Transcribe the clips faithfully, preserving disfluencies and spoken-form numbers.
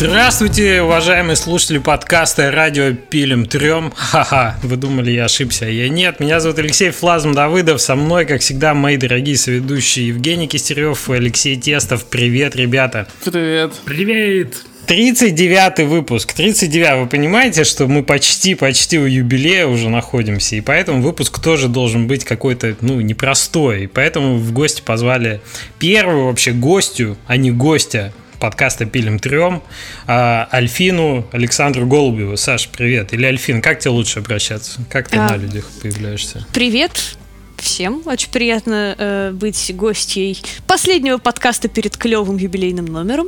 Здравствуйте, уважаемые слушатели подкаста «Радио Пилим Трем». Ха-ха, вы думали, я ошибся, я нет. Меня зовут Алексей Флазм Давыдов, со мной, как всегда, мои дорогие соведущие Евгений Кистерев и Алексей Тестов. Привет, ребята. Привет. Привет. тридцать девятый выпуск. тридцать девятый. Вы понимаете, что мы почти-почти у юбилея уже находимся, и поэтому выпуск тоже должен быть какой-то, ну, непростой. И поэтому в гости позвали первую вообще гостью, а не гостя подкаста «Пилим Трем», Альфину Александру Голубеву. Саш, привет. Или Альфин, как тебе лучше обращаться? Как ты а, на людях появляешься? Привет всем. Очень приятно э, быть гостьей последнего подкаста перед клевым юбилейным номером.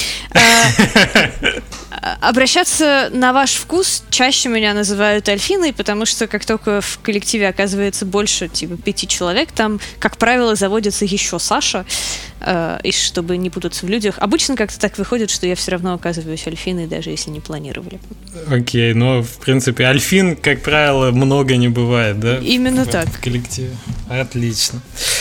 Обращаться на ваш вкус чаще меня называют Альфиной, потому что как только в коллективе оказывается больше типа пяти человек, там, как правило, заводится еще Саша, э, и чтобы не путаться в людях. Обычно как-то так выходит, что я все равно оказываюсь Альфиной, даже если не планировали. Окей, но в принципе Альфин, как правило, много не бывает, да? Именно в, так. В коллективе. Отлично.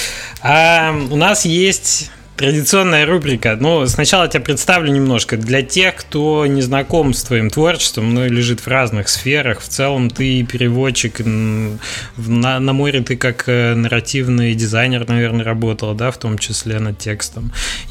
А, у нас есть традиционная рубрика. Ну, сначала тебя представлю немножко. Для тех, кто не знаком с твоим творчеством, но лежит в разных сферах, в целом ты переводчик. На, на море ты как нарративный дизайнер, наверное, работал, да, в том числе над текстом.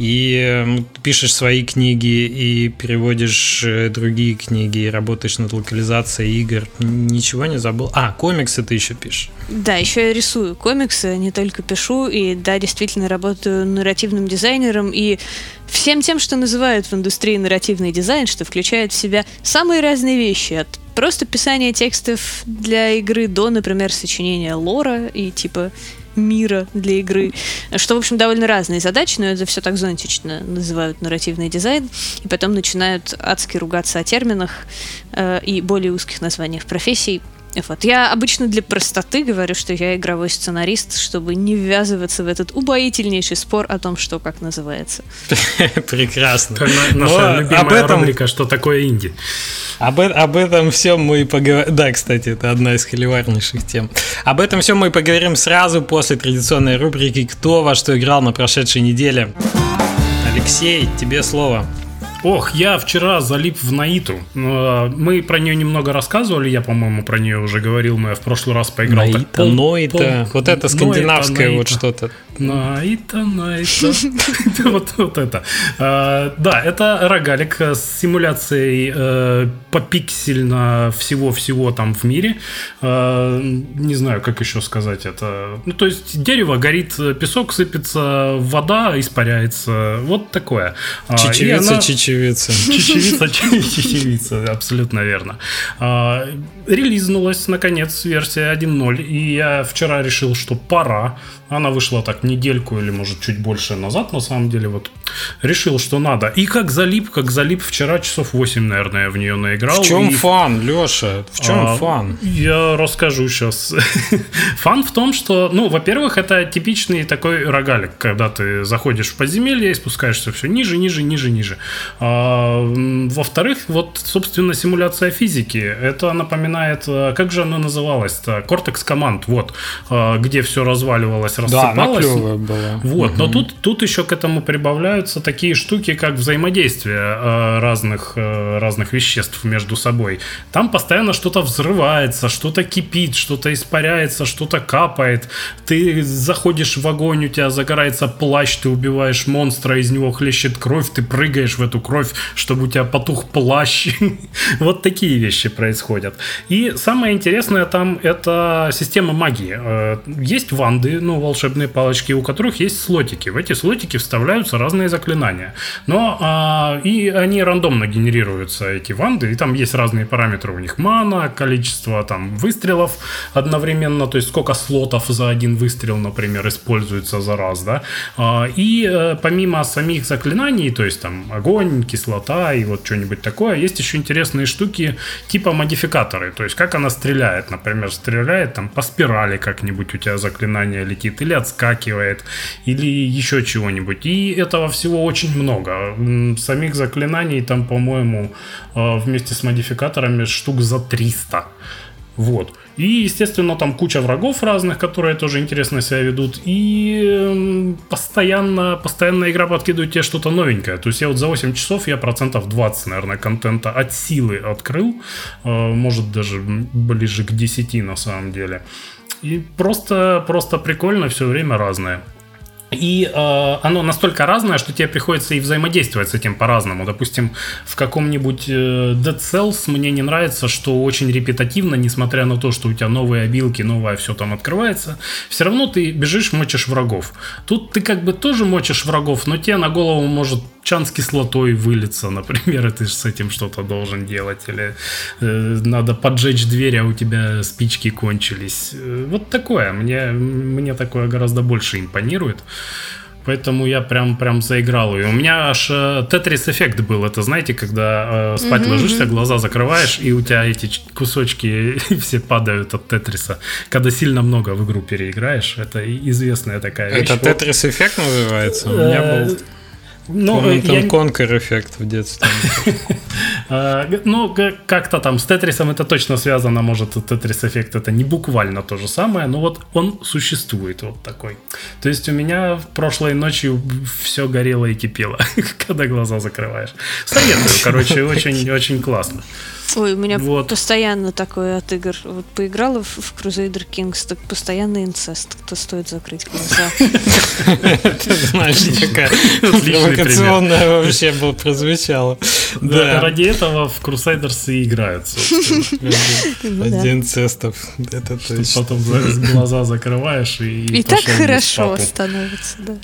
И пишешь свои книги, и переводишь другие книги, и работаешь над локализацией игр. Ничего не забыл? А, комиксы ты еще пишешь. Да, еще я рисую комиксы, не только пишу, и да, действительно работаю нарративным дизайнером и всем тем, что называют в индустрии нарративный дизайн, что включает в себя самые разные вещи, от просто писания текстов для игры до, например, сочинения лора и типа мира для игры, что, в общем, довольно разные задачи, но это все так зонтично называют нарративный дизайн, и потом начинают адски ругаться о терминах э, и более узких названиях профессий. Вот. Я обычно для простоты говорю, что я игровой сценарист, чтобы не ввязываться в этот убоительнейший спор о том, что как называется. Прекрасно. Наша любимая рубрика «Что такое инди?». Об, об этом всем мы и поговорим. Да, кстати, это одна из холиварнейших тем. Об этом всем мы и поговорим сразу после традиционной рубрики «Кто во что играл на прошедшей неделе?». Алексей, тебе слово. Ох, я вчера залип в Наиту. Мы про нее немного рассказывали, я, по-моему, про нее уже говорил, но я в прошлый раз поиграл. Наита, так, Ноита, пол, вот это скандинавское Ноита, вот что-то. Наита, Наита. вот, вот это. А, да, это рогалик с симуляцией э, попиксельно всего-всего там в мире. А, не знаю, как еще сказать это. Ну, то есть дерево горит, песок сыпется, вода испаряется. Вот такое. Чечевица, чечевица. Чечевица, чечевица, абсолютно верно. А, релизнулась, наконец, версия один ноль, и я вчера решил, что пора. Она вышла так недельку или, может, чуть больше назад, на самом деле, вот. Решил, что надо. И как залип, как залип вчера, часов восемь, наверное, я в нее наиграл. В чем и... фан, Леша? В чем а, фан? Я расскажу сейчас. Фан в том, что, ну, во-первых, это типичный такой рогалик, когда ты заходишь в подземелье и спускаешься все ниже, ниже, ниже, ниже. А, во-вторых, вот, собственно, симуляция физики. Это напоминает, как же оно называлось-то? Cortex Command, вот, где все разваливалось, рассыпалось. Да, она клевая была. Вот, угу. Но тут, тут еще к этому прибавляются такие штуки, как взаимодействие разных, разных веществ между собой. Там постоянно что-то взрывается, что-то кипит, что-то испаряется, что-то капает. Ты заходишь в огонь, у тебя загорается плащ, ты убиваешь монстра, из него хлещет кровь, ты прыгаешь в эту кровь, чтобы у тебя потух плащ. Вот такие вещи происходят. И самое интересное там — это система магии. Есть ванды, ну, волшебные палочки, у которых есть слотики. В эти слотики вставляются разные заклинания. Но а, и они рандомно генерируются, эти ванды, и там есть разные параметры у них. Мана, количество там выстрелов одновременно, то есть сколько слотов за один выстрел, например, используется за раз, да. А, и а, помимо самих заклинаний, то есть там огонь, кислота и вот что-нибудь такое, есть еще интересные штуки типа модификаторы, то есть как она стреляет, например, стреляет там по спирали как-нибудь, у тебя заклинание летит, или отскакивает, или еще чего-нибудь. И этого всего очень много. Самих заклинаний там, по-моему, вместе с модификаторами штук за триста. Вот. И, естественно, там куча врагов разных, которые тоже интересно себя ведут. И постоянно, постоянно игра подкидывает тебе что-то новенькое. То есть я вот за восемь часов я процентов двадцать, наверное, контента от силы открыл. Может, даже ближе к десяти на самом деле. И просто, просто прикольно, все время разное. И э, оно настолько разное, что тебе приходится и взаимодействовать с этим по-разному. Допустим, в каком-нибудь э, Dead Cells мне не нравится, что очень репетативно, несмотря на то, что у тебя новые обилки, новое все там открывается, все равно ты бежишь, мочишь врагов. Тут ты как бы тоже мочишь врагов, но тебе на голову может чан с кислотой вылиться, например, и ты же с этим что-то должен делать. Или э, надо поджечь дверь, а у тебя спички кончились. Вот такое. Мне, мне такое гораздо больше импонирует. Поэтому я прям, прям заиграл ее. У меня аж тетрис-эффект был. Это, знаете, когда э, спать mm-hmm. ложишься, глаза закрываешь, и у тебя эти кусочки все падают от тетриса. Когда сильно много в игру переиграешь. Это известная такая вещь. Это тетрис-эффект называется? У меня был... Ну, Command Conquer эффект в детстве. Ну, как-то там с Тетрисом это точно связано, может, Тетрис-эффект это не буквально то же самое, но вот он существует вот такой. То есть у меня прошлой ночью все горело и кипело, когда глаза закрываешь. Советую, короче, очень-очень классно. Ой, у меня вот. Постоянно такое от игр. Вот поиграла в, в Crusader Kings, так постоянно инцест. Кто стоит закрыть глаза? Ты знаешь, какая провокационная вообще была прозвучала. Ради этого в Crusaders и играют, собственно. Ради инцестов. Это точно. Потом глаза закрываешь и И так хорошо становится, да.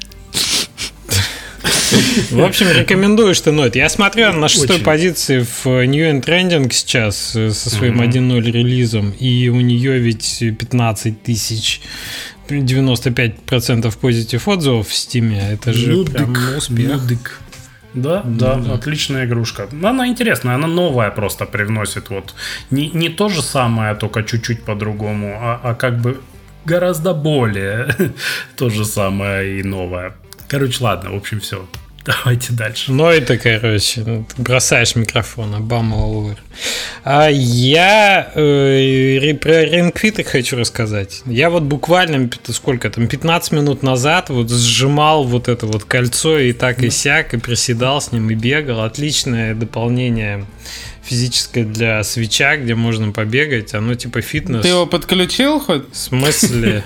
В общем, рекомендую штануть. Я смотрю на шестой Очень. позиции в New and Trending сейчас со своим mm-hmm. один ноль релизом, и у нее ведь пятнадцать тысяч, девяносто пять процентов позитив отзывов в Steam. Это же Людик, прям успех. Людик. Да, да, да, отличная игрушка. Она интересная, она новая просто привносит. Вот не, не то же самое, только чуть-чуть по-другому, а, а как бы гораздо более то же самое и новое. Короче, ладно, в общем, все. Давайте дальше. Ну, это, короче, бросаешь микрофон, обама over. А я э, про Ring Fit хочу рассказать. Я вот буквально, сколько там, пятнадцать минут назад вот сжимал вот это вот кольцо и так и сяк, и приседал с ним, и бегал. Отличное дополнение физическое для свитча, где можно побегать. Оно типа фитнес. Ты его подключил хоть? В смысле?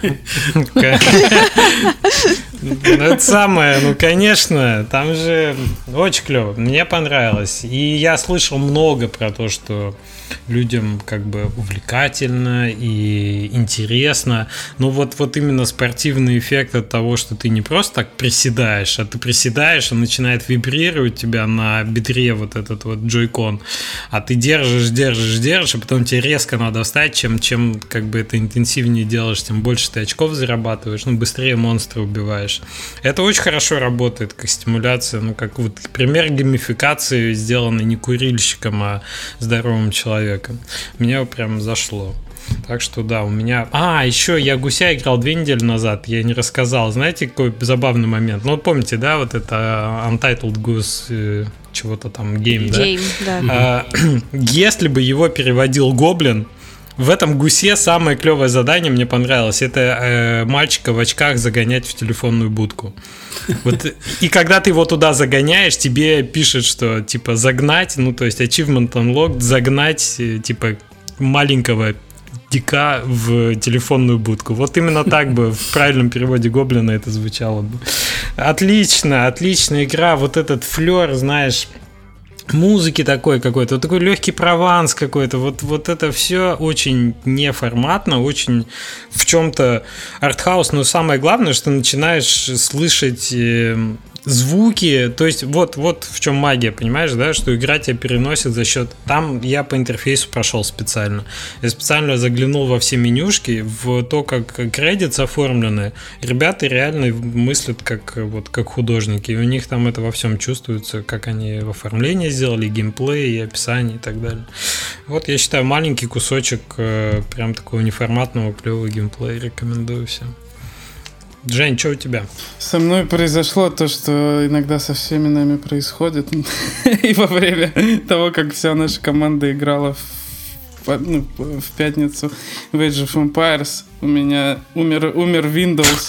Это самое, ну конечно, там же очень клево. Мне понравилось. И я слышал много про то, что людям как бы увлекательно и интересно. Но вот, вот именно спортивный эффект от того, что ты не просто так приседаешь, а ты приседаешь, и начинает вибрировать у тебя на бедре вот этот вот джойкон, а ты держишь, держишь, держишь, а потом тебе резко надо встать, чем, чем как бы это интенсивнее делаешь, тем больше ты очков зарабатываешь, ну, быстрее монстра убиваешь. Это очень хорошо работает, как стимуляция, ну, как вот пример геймификации, сделанный не курильщиком, а здоровым человеком. Мне прям зашло. Так что да, у меня... А, еще я гуся играл две недели назад, я не рассказал. Знаете, какой забавный момент? Ну, вот помните, да, вот это Untitled Goose... Э, чего-то там, гейм, да? Гейм, да. А, если бы его переводил Гоблин, в этом гусе самое клевое задание мне понравилось. Это э, мальчика в очках загонять в телефонную будку. Вот, и когда ты его туда загоняешь, тебе пишет, что типа загнать, ну то есть achievement unlocked, загнать типа маленького дика в телефонную будку. Вот именно так бы в правильном переводе Гоблина это звучало бы. Отлично, отличная игра. Вот этот флёр, знаешь, музыки такой какой-то, вот такой легкий прованс какой-то, вот, вот это все очень неформатно, очень в чем-то артхаус, но самое главное, что начинаешь слышать э, звуки, то есть вот, вот в чем магия, понимаешь, да, что игра тебя переносит за счет, там я по интерфейсу прошел специально, я специально заглянул во все менюшки, в то, как кредитс оформлены, ребята реально мыслят как, вот, как художники, и у них там это во всем чувствуется, как они в оформлении сделали, геймплей, и описание и так далее. Вот я считаю, маленький кусочек э, прям такого неформатного клевого геймплея, рекомендую всем. Жень, что у тебя? Со мной произошло то, что иногда со всеми нами происходит. И во время того, как вся наша команда играла в в, ну, в пятницу в Age of Empires у меня умер, умер Windows,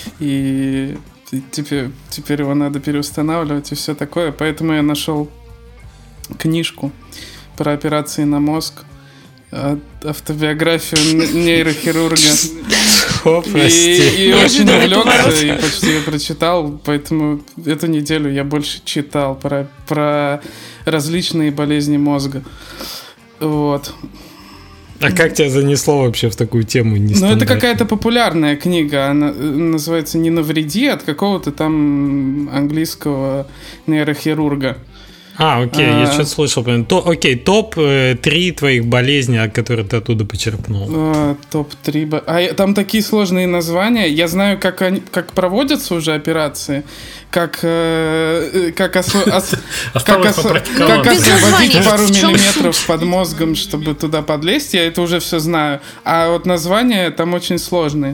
и теперь, теперь его надо переустанавливать и все такое. Поэтому я нашел книжку про операции на мозг, автобиографию нейрохирурга. О, и, и очень увлекся, и почти ее прочитал. Поэтому эту неделю я больше читал про, про различные болезни мозга. Вот. А как тебя занесло вообще в такую тему? Ну, это какая-то популярная книга. Она называется «Не навреди», от какого-то там английского нейрохирурга. А, окей, а, я что-то слышал. То, окей, топ-три твоих болезней, которые ты оттуда почерпнул. А, топ-три... А там такие сложные названия. Я знаю, как, они, как проводятся уже операции, как, э, как, осо, ос, как, осо, как освободить пару миллиметров под мозгом, чтобы туда подлезть. Я это уже все знаю. А вот названия там очень сложные.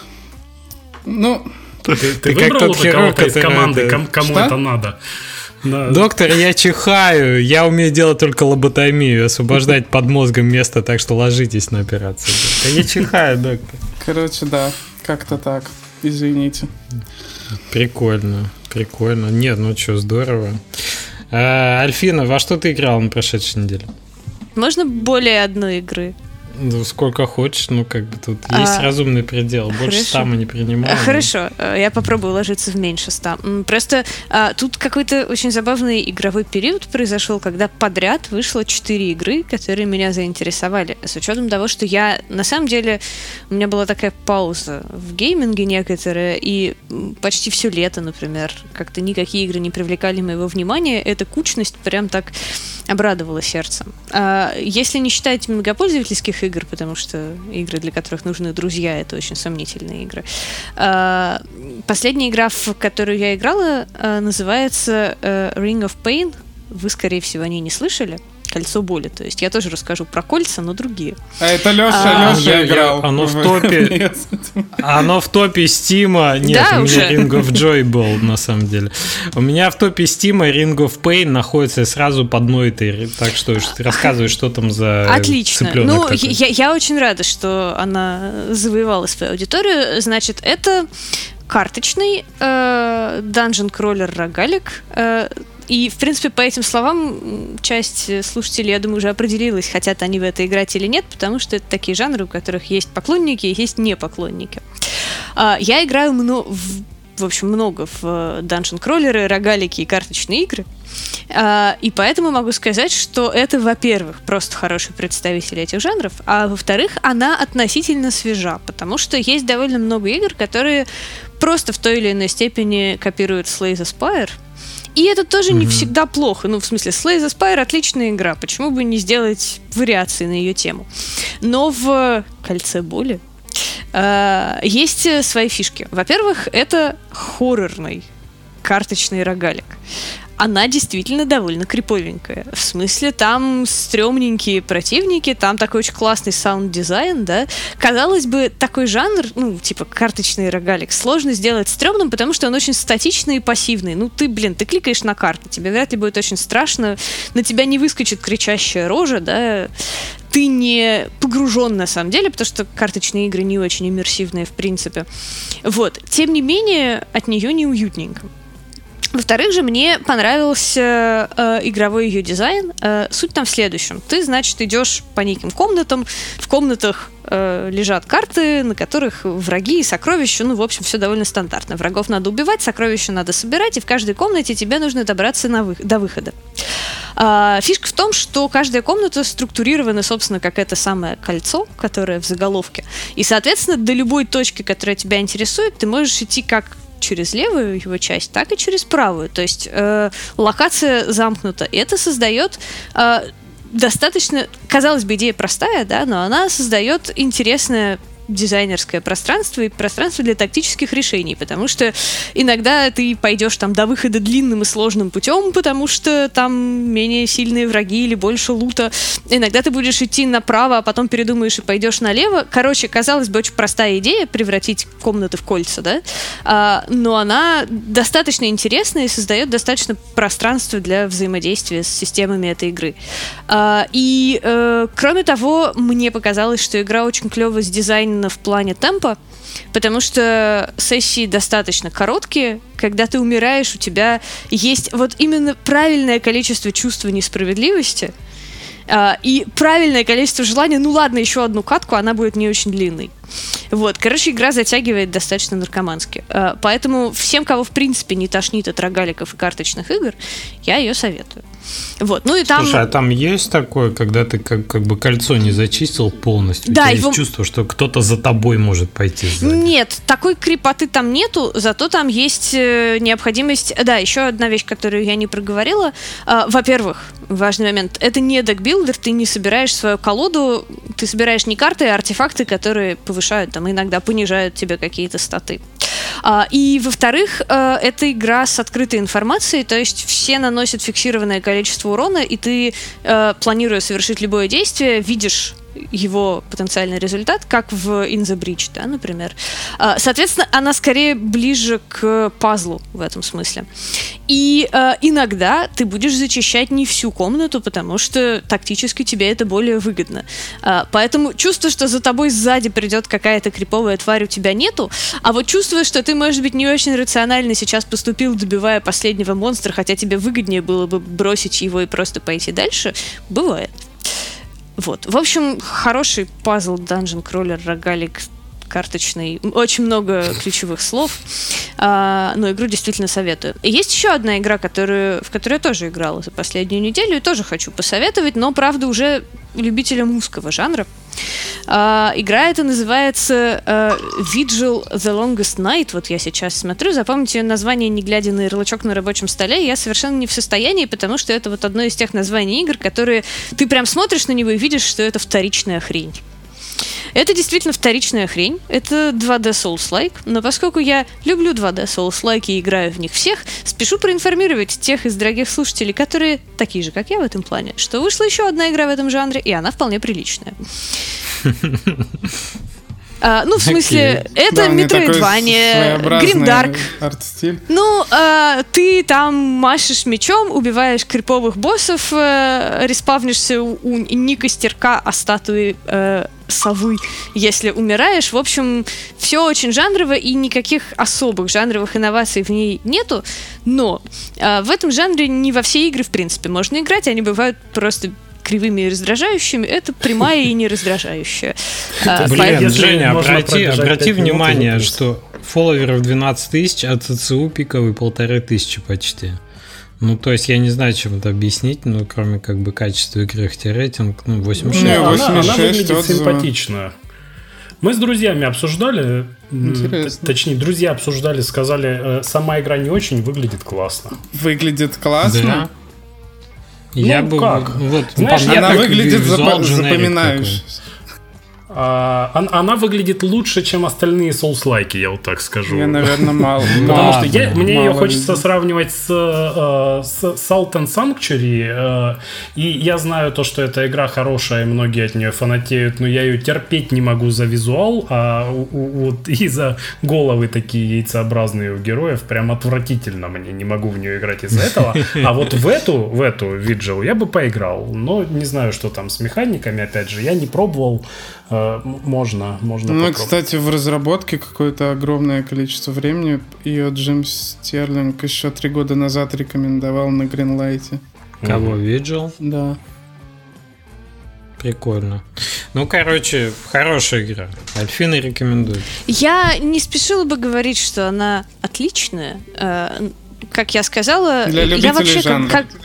Ну... Ты, ты, ты выбрал уже кого-то из команды, кому, кому это надо? Да. Доктор, я чихаю, я умею делать только лоботомию, освобождать под мозгом место, так что ложитесь на операцию. Я чихаю, доктор. Короче, да, как-то так, извините. Прикольно, прикольно. Нет, ну что, здорово. А, Альфина, во что ты играла на прошедшей неделе? Можно более одной игры? Ну, сколько хочешь, ну, как бы тут а, есть разумный предел. Больше хорошо. ста мы не принимаем. Хорошо, я попробую уложиться в меньше ста. Просто а, тут какой-то очень забавный игровой период произошел, когда подряд вышло четыре игры, которые меня заинтересовали. С учетом того, что я, на самом деле, у меня была такая пауза в гейминге некоторая, и почти все лето, например, как-то никакие игры не привлекали моего внимания. Эта кучность прям так обрадовала сердце. А, если не считать многопользовательских игр, потому что игры, для которых нужны друзья, это очень сомнительные игры. А, последняя игра, в которую я играла, называется Ring of Pain. Вы, скорее всего, о ней не слышали. Кольцо боли. То есть я тоже расскажу про кольца, но другие. А это Леша, а, Леша я, играл. Я, оно в топе. Оно в топе Стима. Нет, да, у меня уже? Ring of Joy был, на самом деле. У меня в топе Стима Ring of Pain находится сразу под нотой. Так что ты рассказываешь, что там за отлично. цыпленок. Ну, такой. я, я очень рада, что она завоевала свою аудиторию. Значит, это карточный э, данжен-кроллер-рогалик. Э, И, в принципе, по этим словам часть слушателей, я думаю, уже определилась, хотят они в это играть или нет, потому что это такие жанры, у которых есть поклонники и есть непоклонники. Я играю много, в общем, много в данжен-кроллеры, рогалики и карточные игры. И поэтому могу сказать, что это, во-первых, просто хороший представитель этих жанров, а во-вторых, она относительно свежа, потому что есть довольно много игр, которые просто в той или иной степени копируют Slay the Spire. И это тоже mm-hmm. не всегда плохо. Ну, в смысле, Slay the Spire — отличная игра. Почему бы не сделать вариации на ее тему? Но в «Кольце боли» э, есть свои фишки. Во-первых, это хоррорный карточный рогалик. Она действительно довольно криповенькая. В смысле, там стрёмненькие противники, там такой очень классный саунд-дизайн, да. Казалось бы, такой жанр, ну, типа карточный рогалик, сложно сделать стрёмным, потому что он очень статичный и пассивный. Ну, ты, блин, ты кликаешь на карты, тебе вряд ли будет очень страшно, на тебя не выскочит кричащая рожа, да. Ты не погружен на самом деле, потому что карточные игры не очень иммерсивные, в принципе. Вот. Тем не менее, от нее не уютненько. Во-вторых же, мне понравился э, игровой ее дизайн. Э, суть там в следующем. Ты, значит, идешь по неким комнатам. В комнатах э, лежат карты, на которых враги и сокровища. Ну, в общем, все довольно стандартно. Врагов надо убивать, сокровища надо собирать, и в каждой комнате тебе нужно добраться на вы- до выхода. Э, фишка в том, что каждая комната структурирована, собственно, как это самое кольцо, которое в заголовке. И, соответственно, до любой точки, которая тебя интересует, ты можешь идти как через левую его часть, так и через правую. То есть э, локация замкнута. И это создает э, достаточно, казалось бы, идея простая, да, но она создает интересное дизайнерское пространство и пространство для тактических решений, потому что иногда ты пойдешь там до выхода длинным и сложным путем, потому что там менее сильные враги или больше лута. Иногда ты будешь идти направо, а потом передумаешь и пойдешь налево. Короче, казалось бы, очень простая идея превратить комнаты в кольца, да? А, но она достаточно интересная и создает достаточно пространства для взаимодействия с системами этой игры. А, и, э, кроме того, мне показалось, что игра очень клево сдизайнена в плане темпа, потому что сессии достаточно короткие. Когда ты умираешь, у тебя есть вот именно правильное количество чувства несправедливости э, и правильное количество желания, ну ладно, еще одну катку, она будет не очень длинной. Вот, короче, игра затягивает достаточно наркомански. Э, поэтому всем, кого в принципе не тошнит от рогаликов и карточных игр, я ее советую. Вот, ну и там... Слушай, а там есть такое, когда ты как, как бы кольцо не зачистил полностью? Да, у тебя его... есть чувство, что кто-то за тобой может пойти сзади? Нет, такой крепоты там нету, зато там есть э, необходимость... Да, еще одна вещь, которую я не проговорила. Э, во-первых, важный момент, это не декбилдер, ты не собираешь свою колоду, ты собираешь не карты, а артефакты, которые повышают, там, иногда понижают тебе какие-то статы. Uh, и, во-вторых, uh, это игра с открытой информацией, то есть все наносят фиксированное количество урона, и ты, uh, планируя совершить любое действие, видишь его потенциальный результат, как в In the Breach, да, например. Uh, соответственно, она скорее ближе к пазлу в этом смысле. И uh, иногда ты будешь зачищать не всю комнату, потому что тактически тебе это более выгодно. Uh, поэтому чувство, что за тобой сзади придет какая-то криповая тварь, у тебя нету, а вот чувство, что ты, может быть, не очень рационально сейчас поступил, добивая последнего монстра, хотя тебе выгоднее было бы бросить его и просто пойти дальше, бывает. Вот. В общем, хороший пазл, данжен, кроллер, рогалик, карточный. Очень много ключевых слов. А, но игру действительно советую. И есть еще одна игра, которую, в которую я тоже играла за последнюю неделю и тоже хочу посоветовать, но, правда, уже любителям узкого жанра. А, игра эта называется uh, Vigil The Longest Night. Вот я сейчас смотрю. Запомните ее название, не глядя на ярлычок на рабочем столе. Я совершенно не в состоянии, потому что это вот одно из тех названий игр, которые ты прям смотришь на него и видишь, что это вторичная хрень. Это действительно вторичная хрень. Это два дэ Souls-like. Но поскольку я люблю два дэ Souls-like и играю в них всех, спешу проинформировать тех из дорогих слушателей, которые такие же, как я в этом плане, что вышла еще одна игра в этом жанре, и она вполне приличная. А, ну, в смысле, okay. это Metroidvania, Grimdark. Арт-стиль. Ну, а, ты там машешь мечом, убиваешь криповых боссов, а, респавнишься у, у не костерка, а статуи а, совы, если умираешь. В общем, все очень жанрово, и никаких особых жанровых инноваций в ней нету. Но а, в этом жанре не во все игры, в принципе, можно играть, они бывают просто кривыми и раздражающими, это прямая и не раздражающая. Блин, Женя, обрати, обрати внимание, что фолловеров двенадцать тысяч, а ЦЦУ пиковый полторы тысячи почти. Ну, то есть, я не знаю, чем это объяснить, но кроме как бы качества игры, хотя рейтинг, ну, восемьдесят шесть. Ну, она, она выглядит симпатично. Мы с друзьями обсуждали, Интересно. точнее, друзья обсуждали, сказали, сама игра не очень, выглядит классно. Выглядит классно? Да. Я ну, бы, как? Вот, Знаешь, она выглядит запо- запоминающей. А, она, она выглядит лучше, чем остальные Souls-like, я вот так скажу. Я, наверное, мало. Потому что я, мне ее хочется сравнивать с, с Salt and Sanctuary. И я знаю то, что эта игра хорошая, и многие от нее фанатеют, но я ее терпеть не могу за визуал, а вот и за головы такие яйцеобразные у героев прям отвратительно мне. Не могу в нее играть из-за этого. А вот в эту, в эту Vigil я бы поиграл. Но не знаю, что там с механиками, опять же. Я не пробовал. Можно, можно Ну, кстати, в разработке какое-то огромное количество времени. Ее Джим Стерлинг еще три года назад рекомендовал на Greenlight. Кого, Vigil? Да. Прикольно. Ну, короче, хорошая игра. Альфина рекомендует. Я не спешила бы говорить, что она отличная. Как я сказала, для я вообще жанра. как...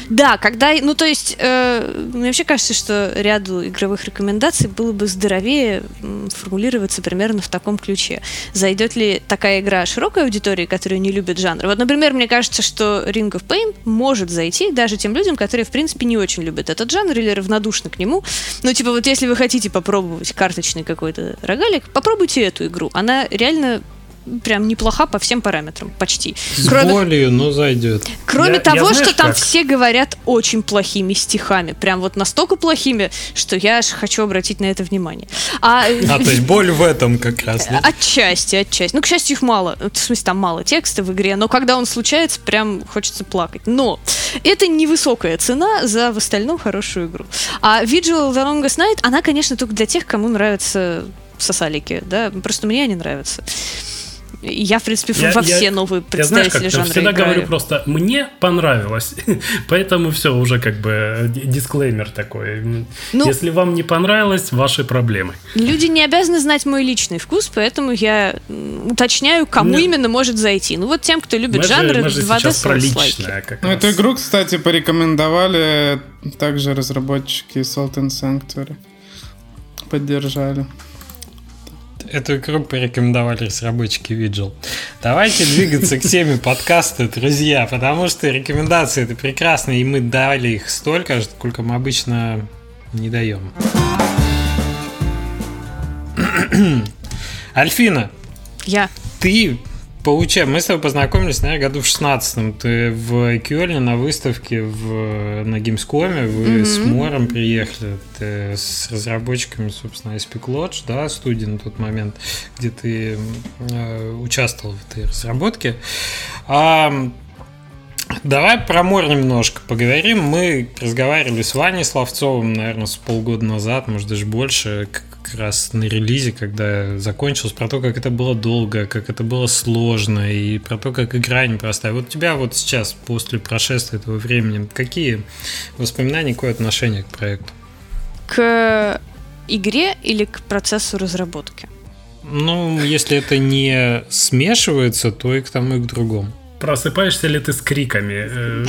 Да, когда, ну то есть, э, мне вообще кажется, что ряду игровых рекомендаций было бы здоровее формулироваться примерно в таком ключе. Зайдет ли такая игра широкой аудитории, которая не любит жанр? Вот, например, мне кажется, что Ring of Pain может зайти даже тем людям, которые, в принципе, не очень любят этот жанр или равнодушны к нему. Ну, типа, вот если вы хотите попробовать карточный какой-то рогалик, попробуйте эту игру. Она реально прям неплоха по всем параметрам, почти. С Кроме... болью, но зайдет. Кроме я, того, я, знаешь, что там как? все говорят очень плохими стихами. Прям вот настолько плохими, что я аж хочу обратить на это внимание. А, а то есть боль в этом как раз, да? Отчасти, отчасти. Ну, к счастью, их мало. В смысле, там мало текста в игре, но когда он случается, прям хочется плакать. Но это невысокая цена за в остальном хорошую игру. А Vigil The Longest Night, она, конечно, только для тех, кому нравятся сосалики, да? Просто мне они нравятся. Я, в принципе, я, во все я, новые представители я, знаешь, как, жанра я всегда играю. говорю просто, мне понравилось. Поэтому все, уже как бы дисклеймер такой. Ну, если вам не понравилось, ваши проблемы. Люди не обязаны знать мой личный вкус, поэтому я уточняю, кому ну, именно может зайти. Ну вот тем, кто любит жанры два дэ Souls-like. Ну, эту игру, кстати, порекомендовали также разработчики Salt and Sanctuary. Поддержали. Эту игру порекомендовали разработчики Vigil. Давайте двигаться к теме подкаста, друзья, потому что рекомендации это прекрасно, и мы дали их столько, сколько мы обычно не даем. Альфина, я. Ты получай, мы с тобой познакомились, наверное, году в шестнадцатом. Ты в Кёльне на выставке в, на Gamescom, вы mm-hmm. с Мором приехали, ты с разработчиками, собственно, Epic Lodge, да, студии на тот момент, где ты э, участвовал в этой разработке. А, давай про Мор немножко поговорим. Мы разговаривали с Ваней Славцовым, наверное, с полгода назад, может, даже больше, как раз на релизе, когда закончилось, про то, как это было долго, как это было сложно, и про то, как игра непростая. Вот у тебя вот сейчас, после прошествия этого времени, какие воспоминания, какое отношение к проекту? К игре или к процессу разработки? Ну, если это не смешивается, то и к тому, и к другому. Просыпаешься ли ты с криками?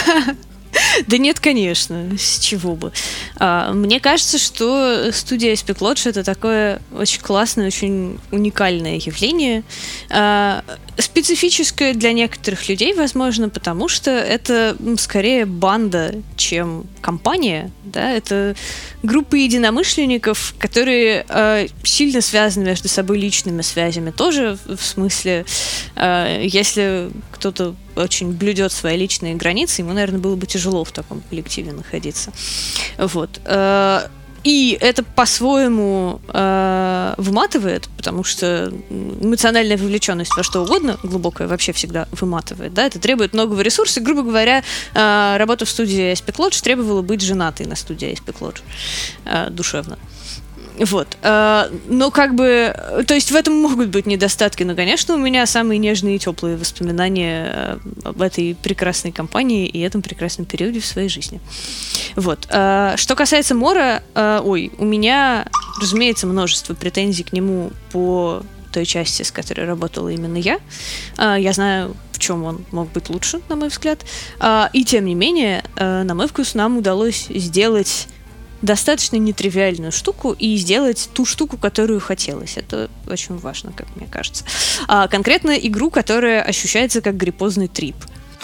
Да нет, конечно, с чего бы. А, мне кажется, что студия Epic Lodge — это такое очень классное, очень уникальное явление, а, специфическое для некоторых людей, возможно, потому что это скорее банда, чем компания, да, это группа единомышленников, которые а, сильно связаны между собой личными связями тоже, в смысле, а, если кто-то очень блюдет свои личные границы, ему, наверное, было бы тяжело в таком коллективе находиться. Вот. И это по-своему выматывает, потому что эмоциональная вовлеченность во что угодно, глубокая, вообще всегда выматывает. Да? Это требует многого ресурса. И, грубо говоря, работа в студии Epic Lodge требовала быть женатой на студии Epic Lodge душевно. Вот. Но как бы... То есть в этом могут быть недостатки, но, конечно, у меня самые нежные и теплые воспоминания об этой прекрасной компании и этом прекрасном периоде в своей жизни. Вот. Что касается Мора, ой, у меня, разумеется, множество претензий к нему по той части, с которой работала именно я. Я знаю, в чем он мог быть лучше, на мой взгляд. И, тем не менее, на мой вкус, нам удалось сделать достаточно нетривиальную штуку и сделать ту штуку, которую хотелось. Это очень важно, как мне кажется. А, конкретно игру, которая ощущается как гриппозный трип.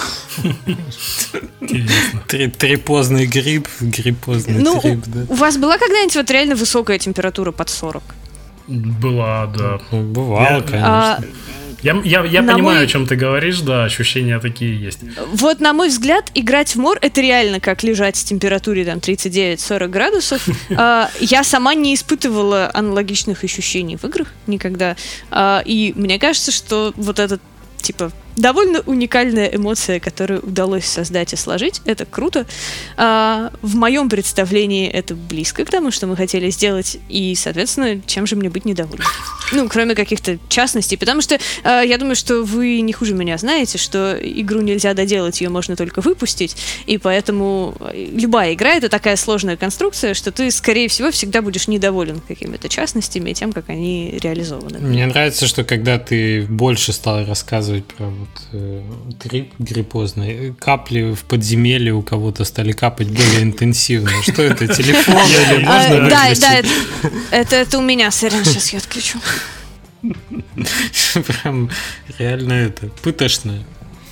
Трипозный грипп, гриппозный трип, да? У вас была когда-нибудь вот реально высокая температура под сорок? Была, да. Бывало, конечно. Я, я, я понимаю, мой... о чем ты говоришь, да, ощущения такие есть. Вот, на мой взгляд, играть в Мор — это реально как лежать с температурой там тридцать девять сорок градусов. Я сама не испытывала аналогичных ощущений в играх никогда. И мне кажется, что вот этот, типа, довольно уникальная эмоция, которую удалось создать и сложить. Это круто. А, в моем представлении это близко к тому, что мы хотели сделать, и, соответственно, чем же мне быть недовольным? Ну, кроме каких-то частностей, потому что а, я думаю, что вы не хуже меня знаете, что игру нельзя доделать, ее можно только выпустить, и поэтому любая игра — это такая сложная конструкция, что ты, скорее всего, всегда будешь недоволен какими-то частностями и тем, как они реализованы. Мне нравится, что когда ты больше стал рассказывать про вот э, трип гриппозный. Капли в подземелье у кого-то стали капать более интенсивно. Что это, телефон или можно выключить? Да, да, это у меня, сорян, сейчас я отключу. Прям реально это, пытошное.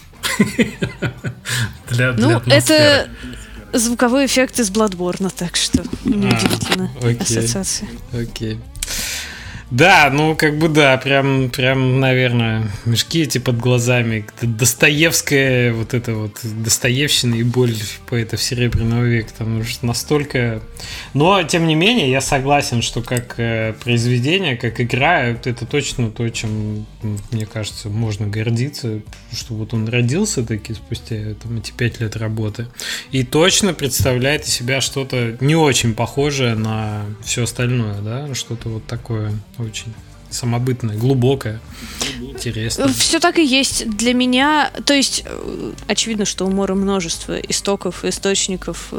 Ну, это звуковой эффект из Bloodborne, так что неудивительно ассоциация. Окей. Да, ну как бы да, прям, прям, наверное, мешки эти под глазами, Достоевская, вот это вот Достоевщина и боль поэтов Серебряного века, там уж настолько... Но, тем не менее, я согласен, что как произведение, как игра, это точно то, чем, мне кажется, можно гордиться, что вот он родился таки спустя там, эти пять лет работы, и точно представляет из себя что-то не очень похожее на все остальное, да, что-то вот такое очень самобытное, глубокое, интересное. Все так и есть для меня. То есть, очевидно, что у Мора множество истоков, источников,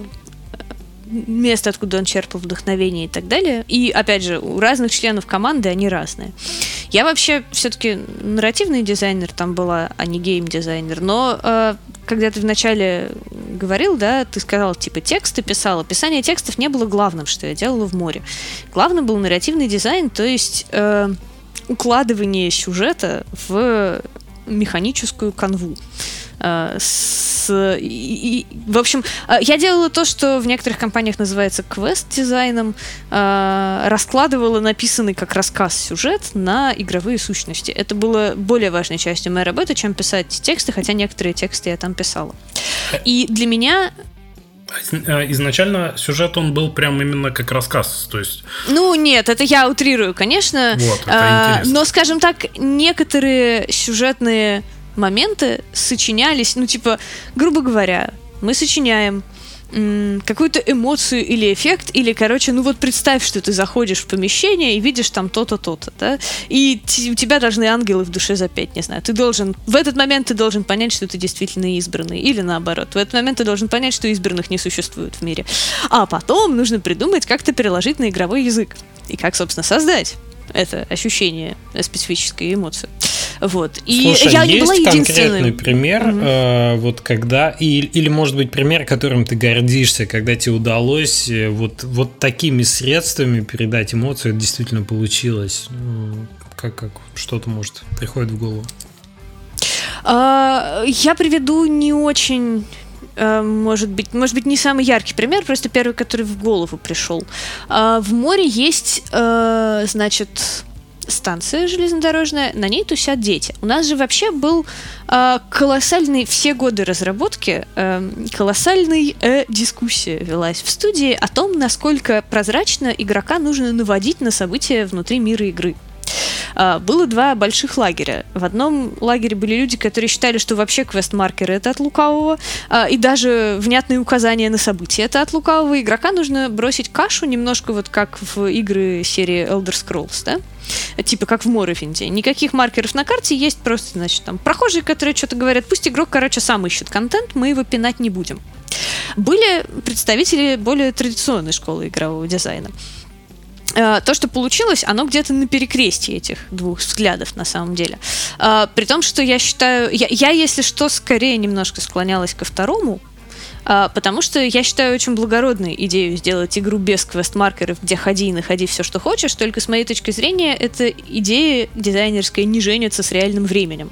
мест, откуда он черпал вдохновение и так далее. И, опять же, у разных членов команды они разные. Я вообще все-таки нарративный дизайнер там была, а не гейм-дизайнер. Но э, когда ты вначале говорил, да, ты сказал, типа, тексты писала. Писание текстов не было главным, что я делала в Море. Главным был нарративный дизайн, то есть э, укладывание сюжета в механическую канву. С, и, и, в общем, я делала то, что в некоторых компаниях называется квест-дизайном, раскладывала написанный как рассказ сюжет на игровые сущности. Это было более важной частью моей работы, чем писать тексты, хотя некоторые тексты я там писала. И для меня... Изначально сюжет он был прям именно как рассказ, то есть... Ну нет, это я утрирую, конечно. Вот, это а, но, скажем так, некоторые сюжетные моменты сочинялись, ну, типа, грубо говоря, мы сочиняем м- какую-то эмоцию или эффект, или, короче, ну вот представь, что ты заходишь в помещение и видишь там то-то, то-то, да, и т- у тебя должны ангелы в душе запеть, не знаю, ты должен, в этот момент ты должен понять, что ты действительно избранный, или наоборот, в этот момент ты должен понять, что избранных не существует в мире, а потом нужно придумать, как это переложить на игровой язык, и как, собственно, создать это ощущение, специфической эмоции. Вот. И слушай, я есть не была единственной. Конкретный пример, mm-hmm. э, вот когда, и, или может быть пример, которым ты гордишься, когда тебе удалось вот, вот такими средствами передать эмоцию, это действительно получилось. Как, как что-то, может, приходит в голову? Uh, я приведу не очень... Может быть, может быть, не самый яркий пример, просто первый, который в голову пришел. В море есть, значит, станция железнодорожная, на ней тусят дети. У нас же вообще был колоссальный, все годы разработки, колоссальная дискуссия велась в студии о том, насколько прозрачно игрока нужно наводить на события внутри мира игры. Было два больших лагеря. В одном лагере были люди, которые считали, что вообще квест-маркеры — это от лукавого, и даже внятные указания на события — это от лукавого. Игрока нужно бросить кашу немножко вот как в игры серии Elder Scrolls, да? Типа как в Morrowind. Никаких маркеров на карте, есть просто, значит, там прохожие, которые что-то говорят. Пусть игрок, короче, сам ищет контент, мы его пинать не будем. Были представители более традиционной школы игрового дизайна. То, что получилось, оно где-то на перекрестии этих двух взглядов, на самом деле. При том, что я считаю... Я, я, если что, скорее немножко склонялась ко второму, потому что я считаю очень благородной идею сделать игру без квест-маркеров, где ходи и находи все, что хочешь, только с моей точки зрения эта идея дизайнерская не женится с реальным временем.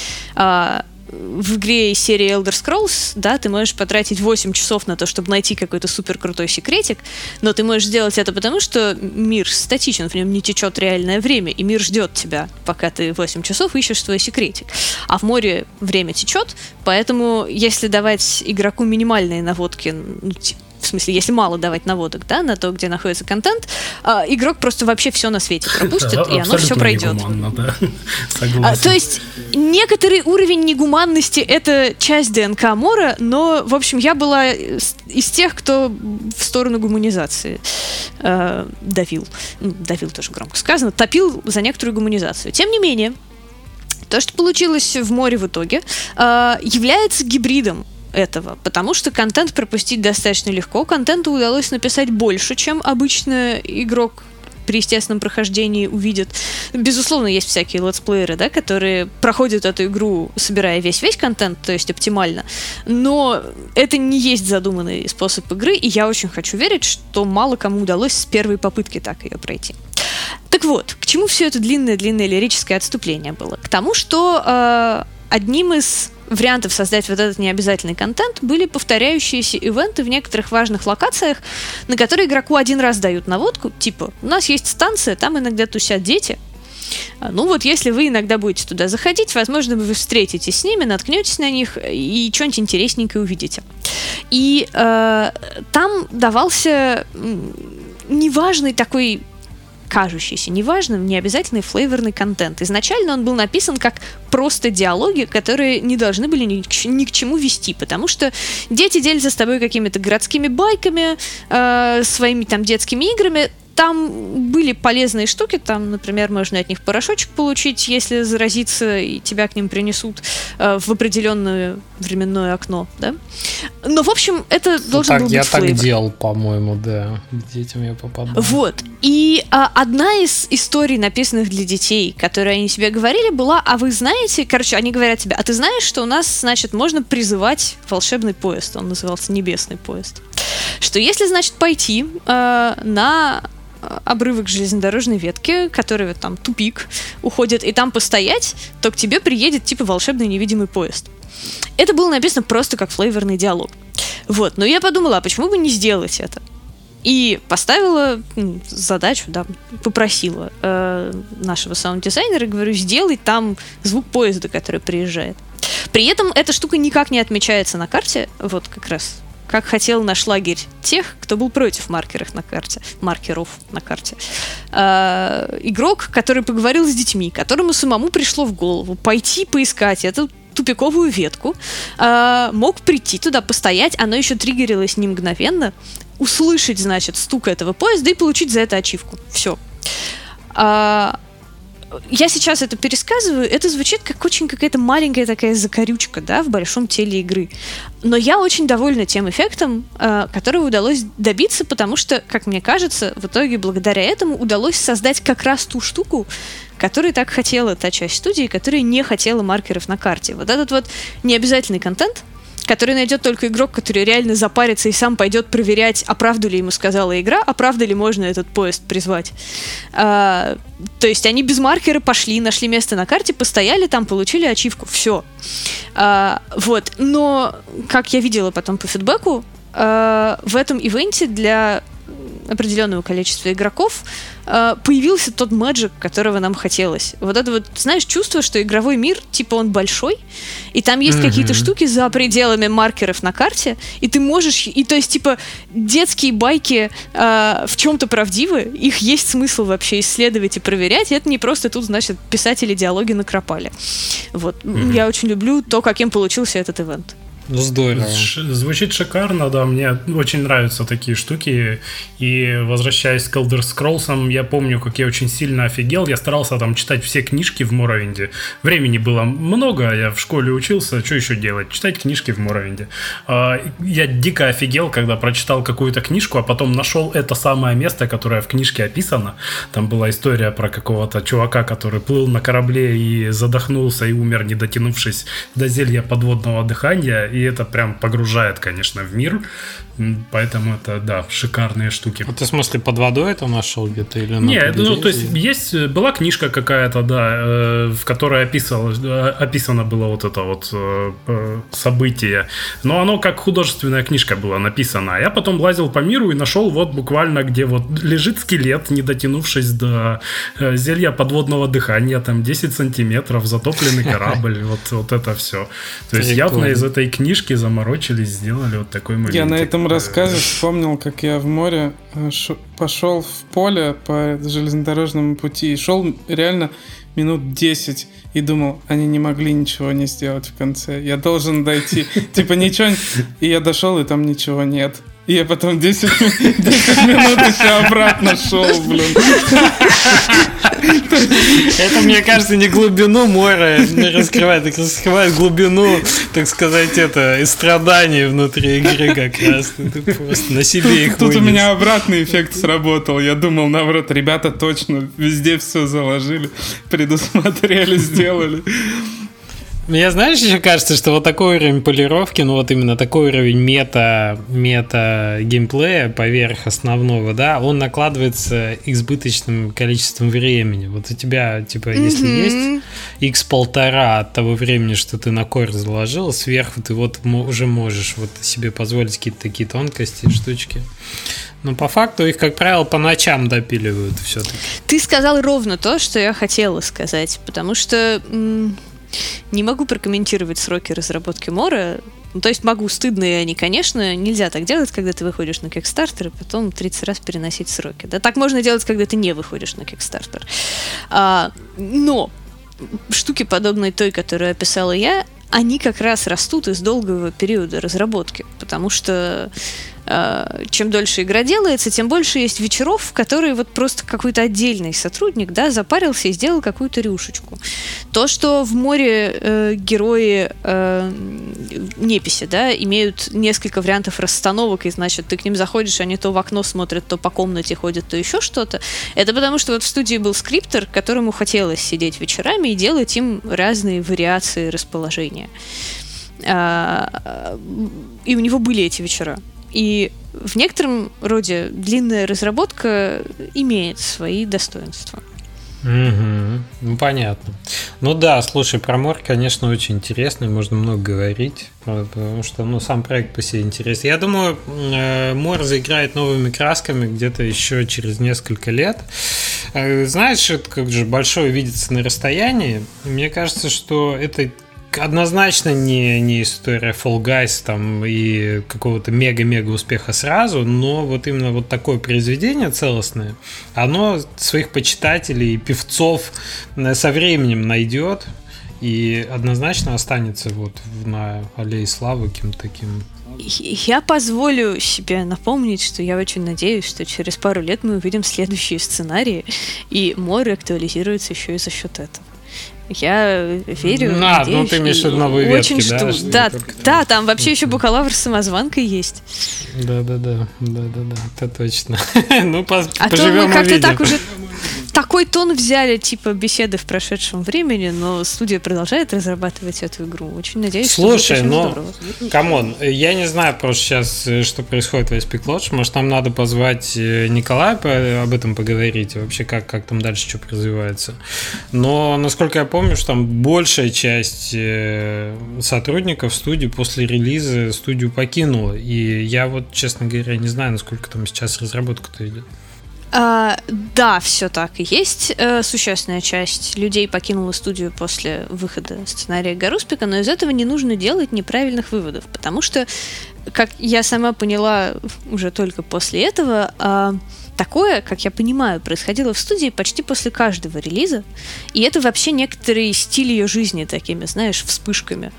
В игре серии Elder Scrolls, да, ты можешь потратить восемь часов на то, чтобы найти какой-то супер крутой секретик, но ты можешь сделать это потому, что мир статичен, в нем не течет реальное время, и мир ждет тебя, пока ты восемь часов ищешь свой секретик. А в море время течет, поэтому если давать игроку минимальные наводки, ну, в смысле, если мало давать наводок, да, на то, где находится контент, а, игрок просто вообще все на свете пропустит, и оно все пройдет. Да. А, то есть некоторый уровень негуманности — это часть ДНК Мора, но, в общем, я была из тех, кто в сторону гуманизации э, давил. Ну, давил тоже громко сказано, топил за некоторую гуманизацию. Тем не менее, то, что получилось в Море в итоге, э, является гибридом этого, потому что контент пропустить достаточно легко, контенту удалось написать больше, чем обычно игрок при естественном прохождении увидят. Безусловно, есть всякие летсплееры, да, которые проходят эту игру, собирая весь-весь контент, то есть оптимально, но это не есть задуманный способ игры, и я очень хочу верить, что мало кому удалось с первой попытки так ее пройти. Так вот, к чему все это длинное-длинное лирическое отступление было? К тому, что э, одним из вариантов создать вот этот необязательный контент были повторяющиеся ивенты в некоторых важных локациях, на которые игроку один раз дают наводку, типа, у нас есть станция, там иногда тусят дети. Ну вот, если вы иногда будете туда заходить, возможно, вы встретитесь с ними, наткнетесь на них и что-нибудь интересненькое увидите. И э, там давался неважный такой, кажущийся неважным, необязательный флейворный контент. Изначально он был написан как просто диалоги, которые не должны были ни к, ни к чему вести, потому что дети делятся с тобой какими-то городскими байками, э, своими там детскими играми. Там были полезные штуки, там, например, можно от них порошочек получить, если заразиться, и тебя к ним принесут э, в определенное временное окно, да? Но, в общем, это ну, должен так, был быть я флейвор. так делал, по-моему, да, к детям я попадал. Вот, и а, одна из историй, написанных для детей, которые они себе говорили, была, а вы знаете, короче, они говорят тебе, а ты знаешь, что у нас, значит, можно призывать волшебный поезд, он назывался Небесный поезд, что если, значит, пойти э, на обрывок железнодорожной ветки, который вот там тупик уходит, и там постоять, то к тебе приедет типа волшебный невидимый поезд. Это было написано просто как флейворный диалог. Вот, но я подумала, а почему бы не сделать это? И поставила ну, задачу, да, попросила э, нашего саунд-дизайнера, говорю, сделай там звук поезда, который приезжает. При этом эта штука никак не отмечается на карте, вот как раз как хотел наш лагерь тех, кто был против маркеров на карте, маркеров на карте. Э, игрок, который поговорил с детьми, которому самому пришло в голову пойти поискать эту тупиковую ветку, э, мог прийти туда, постоять, оно еще триггерилось не мгновенно, услышать, значит, стук этого поезда и получить за это ачивку. Все. Э, Я сейчас это пересказываю, это звучит как очень какая-то маленькая такая закорючка, да, в большом теле игры. Но я очень довольна тем эффектом, э, которого удалось добиться, потому что, как мне кажется, в итоге благодаря этому удалось создать как раз ту штуку, которую так хотела та часть студии, которая не хотела маркеров на карте. Вот этот вот необязательный контент, который найдет только игрок, который реально запарится и сам пойдет проверять, а правду ли ему сказала игра, а правда ли можно этот поезд призвать. А, то есть они без маркера пошли, нашли место на карте, постояли там, получили ачивку. Все. А, вот. Но, как я видела потом по фидбэку, а, в этом ивенте для определенного количества игроков э, появился тот мэджик, которого нам хотелось. Вот это вот, знаешь, чувство, что игровой мир, типа, он большой, и там есть mm-hmm. какие-то штуки за пределами маркеров на карте, и ты можешь, и то есть, типа, детские байки э, в чем-то правдивы, их есть смысл вообще исследовать и проверять, и это не просто тут, значит, писатели диалоги накропали. Вот. Mm-hmm. Я очень люблю то, каким получился этот ивент. Ну, здорово. Звучит шикарно, да, мне очень нравятся такие штуки. И возвращаясь к Elder Scrolls, я помню, как я очень сильно офигел. Я старался там читать все книжки в Моровинде. Времени было много, я в школе учился, что еще делать? Читать книжки в Моровинде. Я дико офигел, когда прочитал какую-то книжку, а потом нашел это самое место, которое в книжке описано. Там была история про какого-то чувака, который плыл на корабле и задохнулся и умер, не дотянувшись до зелья подводного дыхания. И это прям погружает, конечно, в мир. Поэтому это, да, шикарные штуки. А ты, в смысле, под водой это нашел где-то? Или Нет, ну, то есть, есть, была книжка какая-то, да, в которой описано, описано было вот это вот событие. Но оно как художественная книжка была написана. Я потом лазил по миру и нашел вот буквально, где вот лежит скелет, не дотянувшись до зелья подводного дыхания, там десять сантиметров, затопленный корабль, вот, вот это все. То есть, явно из этой книжки заморочились, сделали вот такой момент. Я на этом рассказе вспомнил, как я в море ш- пошел в поле по железнодорожному пути и шел реально минут десять и думал, они не могли ничего не сделать в конце. Я должен дойти. Типа ничего... И я дошел, и там ничего нет. и я потом десять минут еще обратно шел, блин. Это, мне кажется, не глубину моря раскрывает, так раскрывает глубину, так сказать, это, и страданий внутри игры как раз. Ты просто на себе их Тут у меня обратный эффект сработал. Я думал, наоборот, ребята точно везде все заложили, предусмотрели, сделали. Мне, знаешь, еще кажется, что вот такой уровень полировки, ну вот именно такой уровень мета, мета геймплея поверх основного, да, он накладывается избыточным количеством времени. Вот у тебя, типа, mm-hmm. если есть икс полтора от того времени, что ты на кор заложил, сверху ты вот уже можешь вот себе позволить какие-то такие тонкости, штучки. Но по факту их, как правило, по ночам допиливают все-таки. Ты сказал ровно то, что я хотела сказать, потому что... М- Не могу прокомментировать сроки разработки Мора. Ну, то есть могу, стыдные они, конечно. Нельзя так делать, когда ты выходишь на Kickstarter, и потом тридцать раз переносить сроки. Да, так можно делать, когда ты не выходишь на Kickstarter. А, но штуки, подобные той, которую описала я, они как раз растут из долгого периода разработки. Потому что чем дольше игра делается, тем больше есть вечеров, в которые вот просто какой-то отдельный сотрудник, да, запарился и сделал какую-то рюшечку. То, что в Море э, герои э, неписи, да, имеют несколько вариантов расстановок, и, значит, ты к ним заходишь, они то в окно смотрят, то по комнате ходят, то еще что-то, это потому, что вот в студии был скриптор, которому хотелось сидеть вечерами и делать им разные вариации расположения. А, и у него были эти вечера. И в некотором роде длинная разработка имеет свои достоинства. Угу. Ну, понятно. Ну да, слушай, про Мор, конечно, очень интересно, можно много говорить, потому что, ну, сам проект по себе интересный. Я думаю, Мор заиграет новыми красками где-то еще через несколько лет. Знаешь, это как же большое видится на расстоянии. Мне кажется, что это однозначно не, не история Fall Guys там, и какого-то мега-мега успеха сразу, но вот именно вот такое произведение целостное, оно своих почитателей, певцов со временем найдет и однозначно останется вот на аллее славы каким-то таким. Я позволю себе напомнить, что я очень надеюсь, что через пару лет мы увидим следующие сценарии, и Мор актуализируется еще и за счет этого. Я верю, а, надеюсь, ну ты имеешь в виду новые ветки, очень да? жду. Да, да, там вообще еще бакалавр с самозванкой есть. Да-да-да, да-да-да, это точно. Ну, а то мы как-то так уже такой тон взяли, типа беседы в прошедшем времени, но студия продолжает разрабатывать эту игру. Очень надеюсь, Слушай, что ну, камон, я не знаю просто сейчас, что происходит в Epic Lodge. Может, нам надо позвать Николая об этом поговорить, вообще как, как там дальше что развивается. Но, насколько я помню, что там большая часть сотрудников студии после релиза студию покинула. И я вот, честно говоря, не знаю, насколько там сейчас разработка-то идет. А, да, все так и есть. Э, существенная часть людей покинула студию после выхода сценария Гаруспика, но из этого не нужно делать неправильных выводов, потому что, как я сама поняла уже только после этого, э, такое, как я понимаю, происходило в студии почти после каждого релиза, и это вообще некоторый стиль ее жизни такими, знаешь, вспышками.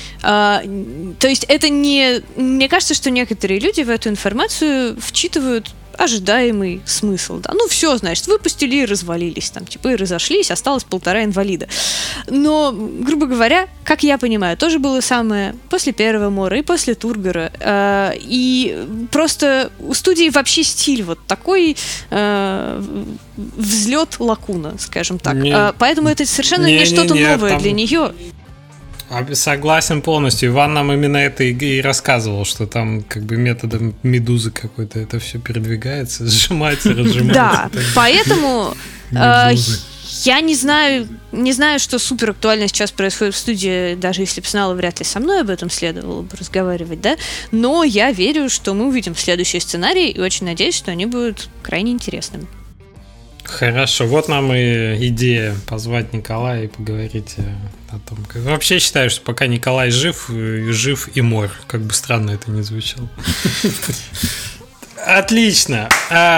Uh, то есть это не... Мне кажется, что некоторые люди в эту информацию вчитывают ожидаемый смысл, да. Ну, все, значит, выпустили и развалились, там, типа, и разошлись, осталось полтора инвалида. Но, грубо говоря, как я понимаю, тоже было самое после первого Мора и после Тургора. Uh, и просто у студии вообще стиль вот такой uh, взлет лакуна, скажем так. Не, uh, поэтому это совершенно не, не что-то не, новое там... для нее. Согласен полностью. Иван нам именно это и рассказывал, что там как бы методом медузы какой-то это все передвигается, сжимается, разжимается. Да, поэтому э, я не знаю, не знаю, что супер актуально сейчас происходит в студии, даже если бы знала, вряд ли со мной об этом следовало бы разговаривать, да, но я верю, что мы увидим следующий сценарий и очень надеюсь, что они будут крайне интересными. Хорошо, вот нам и идея позвать Николая и поговорить о том, как... Вообще считаю, что пока Николай жив, жив и Мор, как бы странно это ни звучало. Отлично.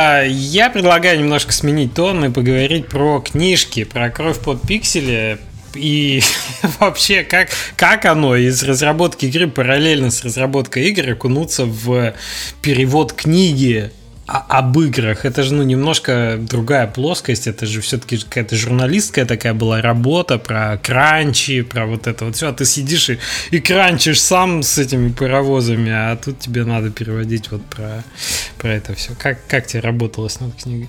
Я предлагаю немножко сменить тон и поговорить про книжки, про «Кровь под пиксели». и вообще, как, как оно из разработки игры параллельно с разработкой игр окунуться в перевод книги об играх? Это же, ну, немножко другая плоскость. Это же все-таки какая-то журналистская такая была работа про кранчи, про вот это вот все. А ты сидишь и, и кранчишь сам с этими паровозами, а тут тебе надо переводить вот про, про это все. Как, как тебе работалось над книгой?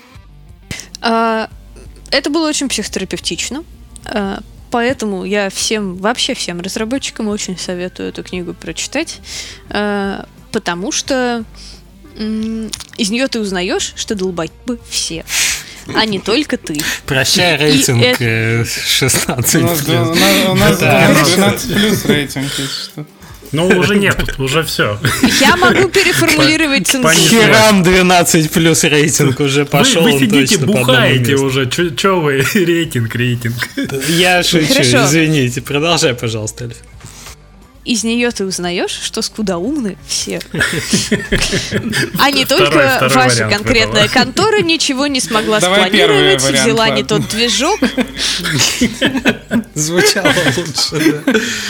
А, это было очень психотерапевтично. А, поэтому я всем, вообще всем разработчикам очень советую эту книгу прочитать. А, потому что из нее ты узнаешь, что долбоебы все, а не только ты. Прощай рейтинг это... шестнадцать плюс. У нас двенадцать плюс рейтинг, если что. Ну, уже нет, уже все. Я могу переформулировать цензуру. Херам двенадцать плюс рейтинг уже пошел. Вы, вы сидите, бухаете уже. Че вы, рейтинг, рейтинг. Я шучу, Хорошо. Извините. Продолжай, пожалуйста, Эльф. Из нее ты узнаешь, что скудоумны все. А не только ваша конкретная контора ничего не смогла спланировать, взяла не тот движок. Звучало лучше,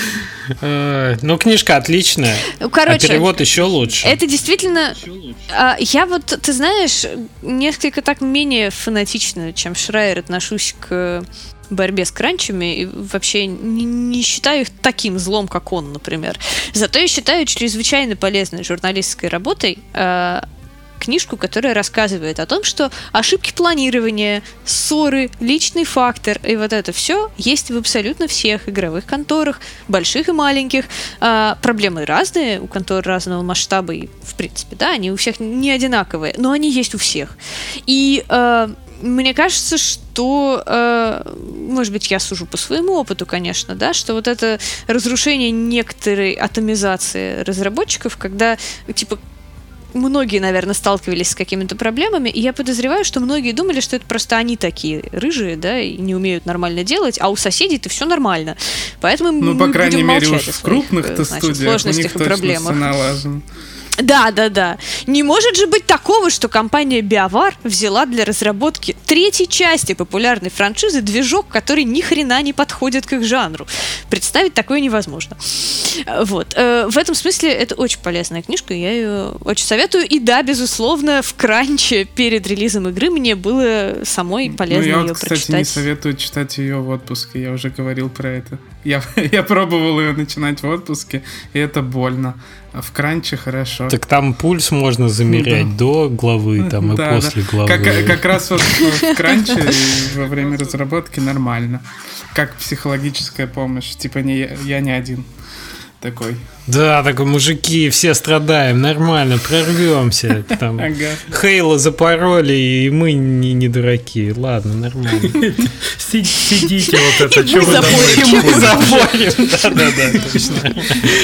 да. Ну, книжка отличная, короче, а перевод еще лучше. Это действительно... Я вот, ты знаешь, несколько так менее фанатично, чем Шрайер, отношусь к борьбе с кранчами и вообще не, не считаю их таким злом, как он, например. Зато я считаю чрезвычайно полезной журналистской работой э, книжку, которая рассказывает о том, что ошибки планирования, ссоры, личный фактор и вот это все есть в абсолютно всех игровых конторах, больших и маленьких. Э, проблемы разные, у контор разного масштаба и, в принципе, да, они у всех не одинаковые, но они есть у всех. И э, мне кажется, что, э, может быть, я сужу по своему опыту, конечно, да, что вот это разрушение некоторой атомизации разработчиков, когда, типа, многие, наверное, сталкивались с какими-то проблемами, и я подозреваю, что многие думали, что это просто они такие рыжие, да, и не умеют нормально делать, а у соседей-то все нормально. Поэтому ну, мы по крайней будем мере, молчать уж в крупных-то студиях у них и проблемах. Точно все налажено. Да, да, да. Не может же быть такого, что компания BioWare взяла для разработки третьей части популярной франшизы движок, который ни хрена не подходит к их жанру. Представить такое невозможно. Вот. В этом смысле это очень полезная книжка, я ее очень советую. И да, безусловно, в кранче перед релизом игры мне было самой полезно ее ну, я вот, вот, кстати, прочитать. Не советую читать ее в отпуске, я уже говорил про это. Я, я пробовал ее начинать в отпуске, и это больно. А в кранче хорошо. Так там пульс можно замерять да. до главы там, и да, после да. главы. Как, как раз вот в кранче во время разработки нормально. Как психологическая помощь. Типа не, я не один такой. Да, такой, мужики, все страдаем, нормально, прорвемся. Там ага. Хейла запороли, и мы не, не дураки. Ладно, нормально. Сидите вот это, что вы запорим. Мы запорим. Да-да-да, точно.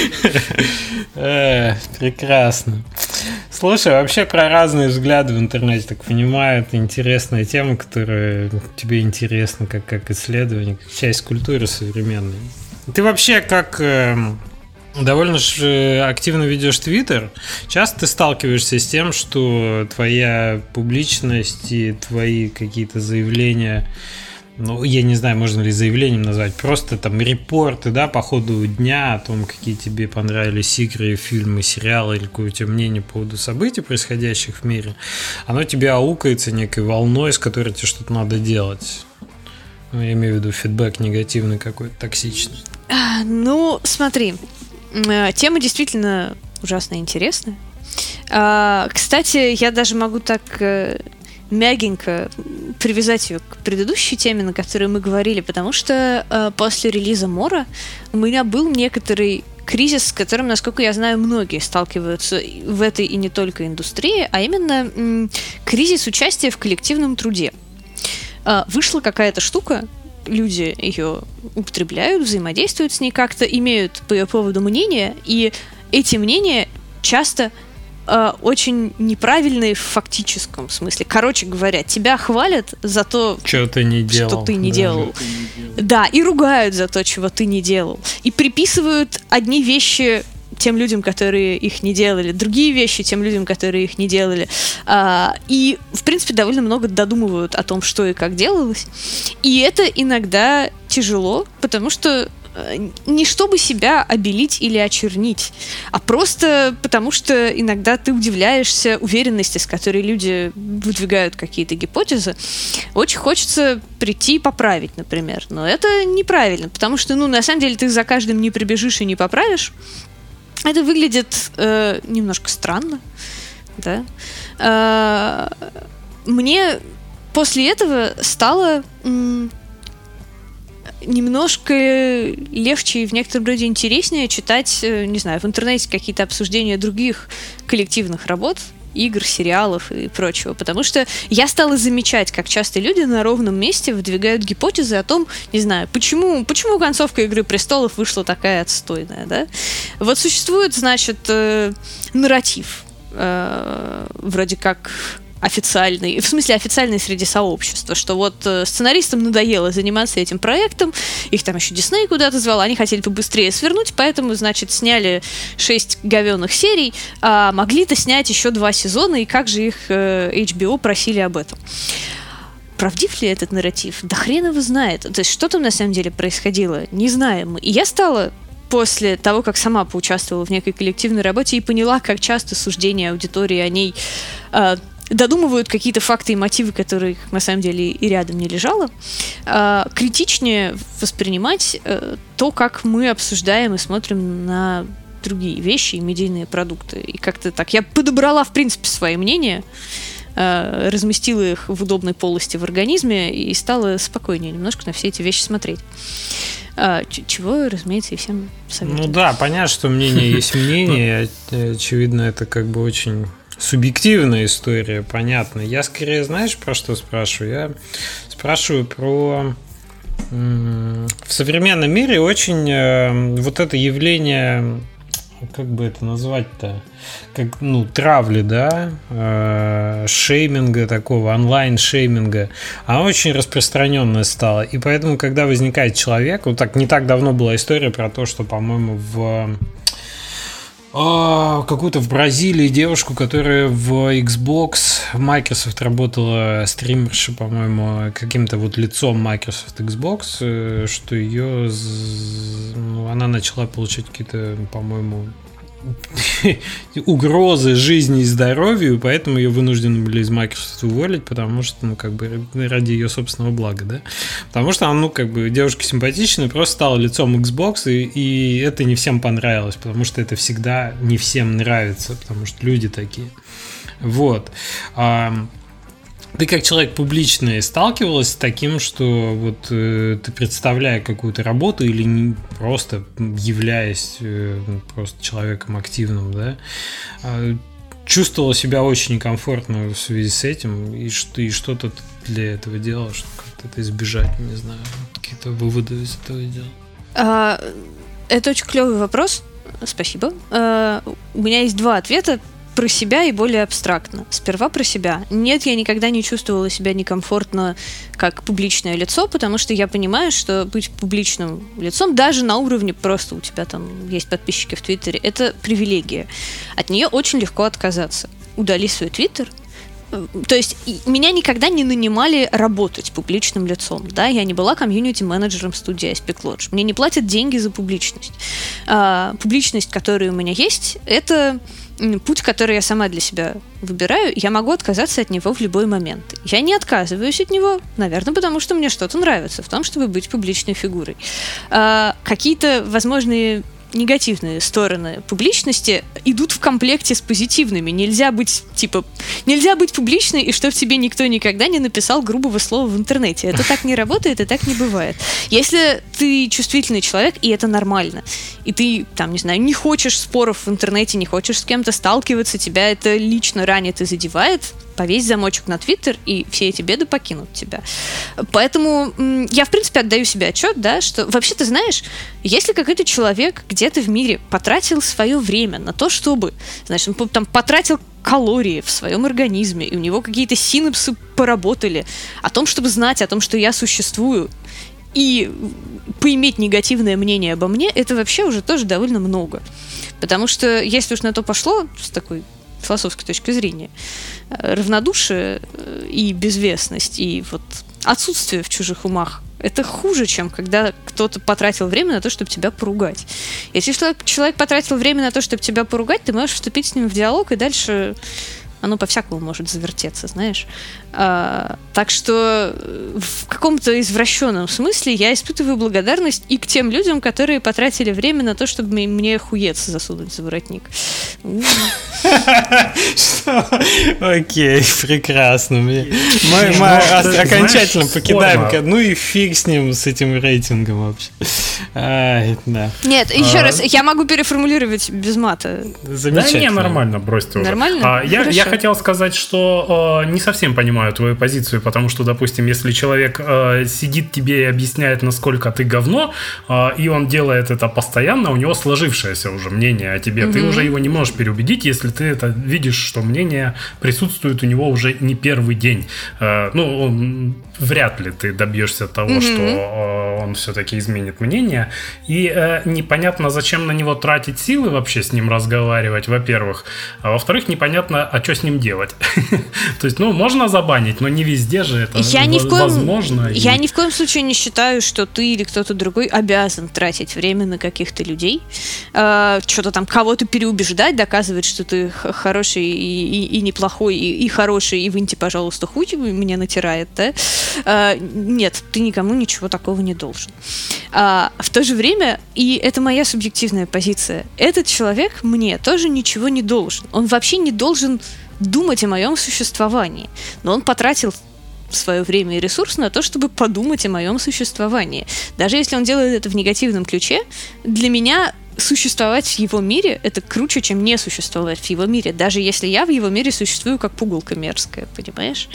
Прекрасно. Слушай, вообще про разные взгляды в интернете, так понимаю, это интересная тема, которая тебе интересна как, как исследование, как часть культуры современной. Ты вообще как... довольно же активно ведешь Твиттер. Часто ты сталкиваешься с тем, что твоя публичность и твои какие-то заявления, ну, я не знаю, можно ли заявлением назвать, просто там репорты, да, по ходу дня о том, какие тебе понравились игры, фильмы, сериалы, или какое у тебя мнение по поводу событий, происходящих в мире, оно тебе аукается некой волной, с которой тебе что-то надо делать. Ну, я имею в виду фидбэк негативный какой-то, токсичный. А, ну, смотри, тема действительно ужасно интересная. А, кстати, я даже могу так э, мягенько привязать ее к предыдущей теме, на которой мы говорили, потому что э, после релиза Мора у меня был некоторый кризис, с которым, насколько я знаю, многие сталкиваются в этой и не только индустрии, а именно м- кризис участия в коллективном труде. А, вышла какая-то штука, люди ее употребляют, взаимодействуют с ней как-то, имеют по ее поводу мнения, и эти мнения часто э, очень неправильные в фактическом смысле. Короче говоря, тебя хвалят за то, что ты не делал. Что ты не да. делал. Да, и ругают за то, чего ты не делал. И приписывают одни вещи тем людям, которые их не делали, другие вещи тем людям, которые их не делали. А, и, в принципе, довольно много додумывают о том, что и как делалось. И это иногда тяжело, потому что не чтобы себя обелить или очернить, а просто потому, что иногда ты удивляешься уверенности, с которой люди выдвигают какие-то гипотезы. Очень хочется прийти и поправить, например. Но это неправильно, потому что, ну, на самом деле, ты за каждым не прибежишь и не поправишь. Это выглядит э, немножко странно, да. Э, мне после этого стало... М- немножко легче и в некотором роде интереснее читать, не знаю, в интернете какие-то обсуждения других коллективных работ, игр, сериалов и прочего, потому что я стала замечать, как часто люди на ровном месте выдвигают гипотезы о том, не знаю, почему, почему концовка «Игры престолов» вышла такая отстойная, да? Вот существует, значит, э, нарратив, э, вроде как... официальный, в смысле официальный среди сообщества, что вот э, сценаристам надоело заниматься этим проектом, их там еще Дисней куда-то звал, они хотели побыстрее свернуть, поэтому, значит, сняли шесть говёных серий, а могли-то снять еще два сезона, и как же их э, эйч би о просили об этом. Правдив ли этот нарратив? Да хрен его знает. То есть что там на самом деле происходило? Не знаем. И я стала после того, как сама поучаствовала в некой коллективной работе и поняла, как часто суждения аудитории о ней э, додумывают какие-то факты и мотивы, которых на самом деле и рядом не лежало, э, критичнее воспринимать э, то, как мы обсуждаем и смотрим на другие вещи и медийные продукты. И как-то так. Я подобрала, в принципе, свои мнения, э, разместила их в удобной полости в организме и стала спокойнее немножко на все эти вещи смотреть. А, чего, разумеется, и всем советую. Ну да, понятно, что мнение есть мнение. Очевидно, это как бы очень субъективная история, понятно. Я скорее, знаешь, про что спрашиваю? Я спрашиваю про... В современном мире очень вот это явление... Как бы это назвать-то? Как, ну, травли, да, э, шейминга такого, онлайн-шейминга, она очень распространенная стала. И поэтому, когда возникает человек, вот так не так давно была история про то, что, по-моему, в э, какую-то в Бразилии девушку, которая в Xbox, в Microsoft работала стримерша, по-моему, каким-то вот лицом Microsoft Xbox, э, что ее, ну, она начала получать какие-то, по-моему, угрозы жизни и здоровью, поэтому ее вынуждены были из Microsoft уволить, потому что, ну, как бы ради ее собственного блага, да. Потому что она, ну, как бы девушка симпатичная, просто стала лицом Xbox, и, и это не всем понравилось, потому что это всегда не всем нравится, потому что люди такие. Вот. Ты как человек публичный сталкивалась с таким, что вот э, ты, представляя какую-то работу или не, просто являясь э, просто человеком активным, да, э, чувствовала себя очень некомфортно в связи с этим, и, что, и что-то для этого делала, чтобы как-то это избежать, не знаю, какие-то выводы из этого делала? А, это очень клевый вопрос, спасибо. А, у меня есть два ответа. Про себя и более абстрактно. Сперва про себя. Нет, я никогда не чувствовала себя некомфортно как публичное лицо, потому что я понимаю, что быть публичным лицом, даже на уровне просто у тебя там есть подписчики в Твиттере, это привилегия. От нее очень легко отказаться. Удали свой Твиттер. То есть меня никогда не нанимали работать публичным лицом, да, я не была комьюнити-менеджером студии Aspect Lodge. Мне не платят деньги за публичность. А, публичность, которая у меня есть, это путь, который я сама для себя выбираю, я могу отказаться от него в любой момент. Я не отказываюсь от него, наверное, потому что мне что-то нравится в том, чтобы быть публичной фигурой. А, какие-то возможные негативные стороны публичности идут в комплекте с позитивными. Нельзя быть, типа, нельзя быть публичной, и чтоб тебе никто никогда не написал грубого слова в интернете. Это так не работает, и так не бывает. Если ты чувствительный человек, и это нормально, и ты, там, не знаю, не хочешь споров в интернете, не хочешь с кем-то сталкиваться, тебя это лично ранит и задевает, повесь замочек на Твиттер, и все эти беды покинут тебя. Поэтому м, я, в принципе, отдаю себе отчет, да, что вообще, ты знаешь, если какой-то человек где-то в мире потратил свое время на то, чтобы, знаешь, он там потратил калории в своем организме, и у него какие-то синапсы поработали о том, чтобы знать о том, что я существую, и поиметь негативное мнение обо мне, это вообще уже тоже довольно много. Потому что, если уж на то пошло, с такой философской точки зрения, равнодушие и безвестность, и вот отсутствие в чужих умах — это хуже, чем когда кто-то потратил время на то, чтобы тебя поругать. Если человек, человек потратил время на то, чтобы тебя поругать, ты можешь вступить с ним в диалог, и дальше оно по-всякому может завертеться, знаешь. А, так что в каком-то извращенном смысле я испытываю благодарность и к тем людям, которые потратили время на то, чтобы мне хуец засунуть за воротник. Окей, прекрасно. Мы окончательно покидаем. Ну и фиг с ним, с этим рейтингом вообще. Нет, еще раз, я могу переформулировать без мата. Замечательно. Да не, нормально, бросьте уже. Нормально? Я хотел сказать, что не совсем понимаю твою позицию, потому что, допустим, если человек сидит тебе и объясняет, насколько ты говно, и он делает это постоянно, у него сложившееся уже мнение о тебе. Ты уже его не можешь переубедить, если ты это видишь, что мнение присутствует у него уже не первый день. Ну, он, вряд ли ты добьешься того, mm-hmm. что он все-таки изменит мнение. И э, непонятно, зачем на него тратить силы вообще с ним разговаривать, во-первых. А во-вторых, непонятно, а что с ним делать. То есть, ну, можно забанить, но не везде же это я ни в коем, возможно. Я и... ни в коем случае не считаю, что ты или кто-то другой обязан тратить время на каких-то людей. Э, что-то там кого-то переубеждать, доказывать, что ты хороший и, и, и неплохой, и, и хороший, и выньте, пожалуйста, хуй, меня натирает, да? Э, нет, ты никому ничего такого не должен. А, в то же время, и это моя субъективная позиция, этот человек мне тоже ничего не должен. Он вообще не должен думать о моем существовании. Но он потратил свое время и ресурс на то, чтобы подумать о моем существовании. Даже если он делает это в негативном ключе, для меня существовать в его мире — это круче, чем не существовать в его мире, даже если я в его мире существую как пугалка мерзкая, понимаешь?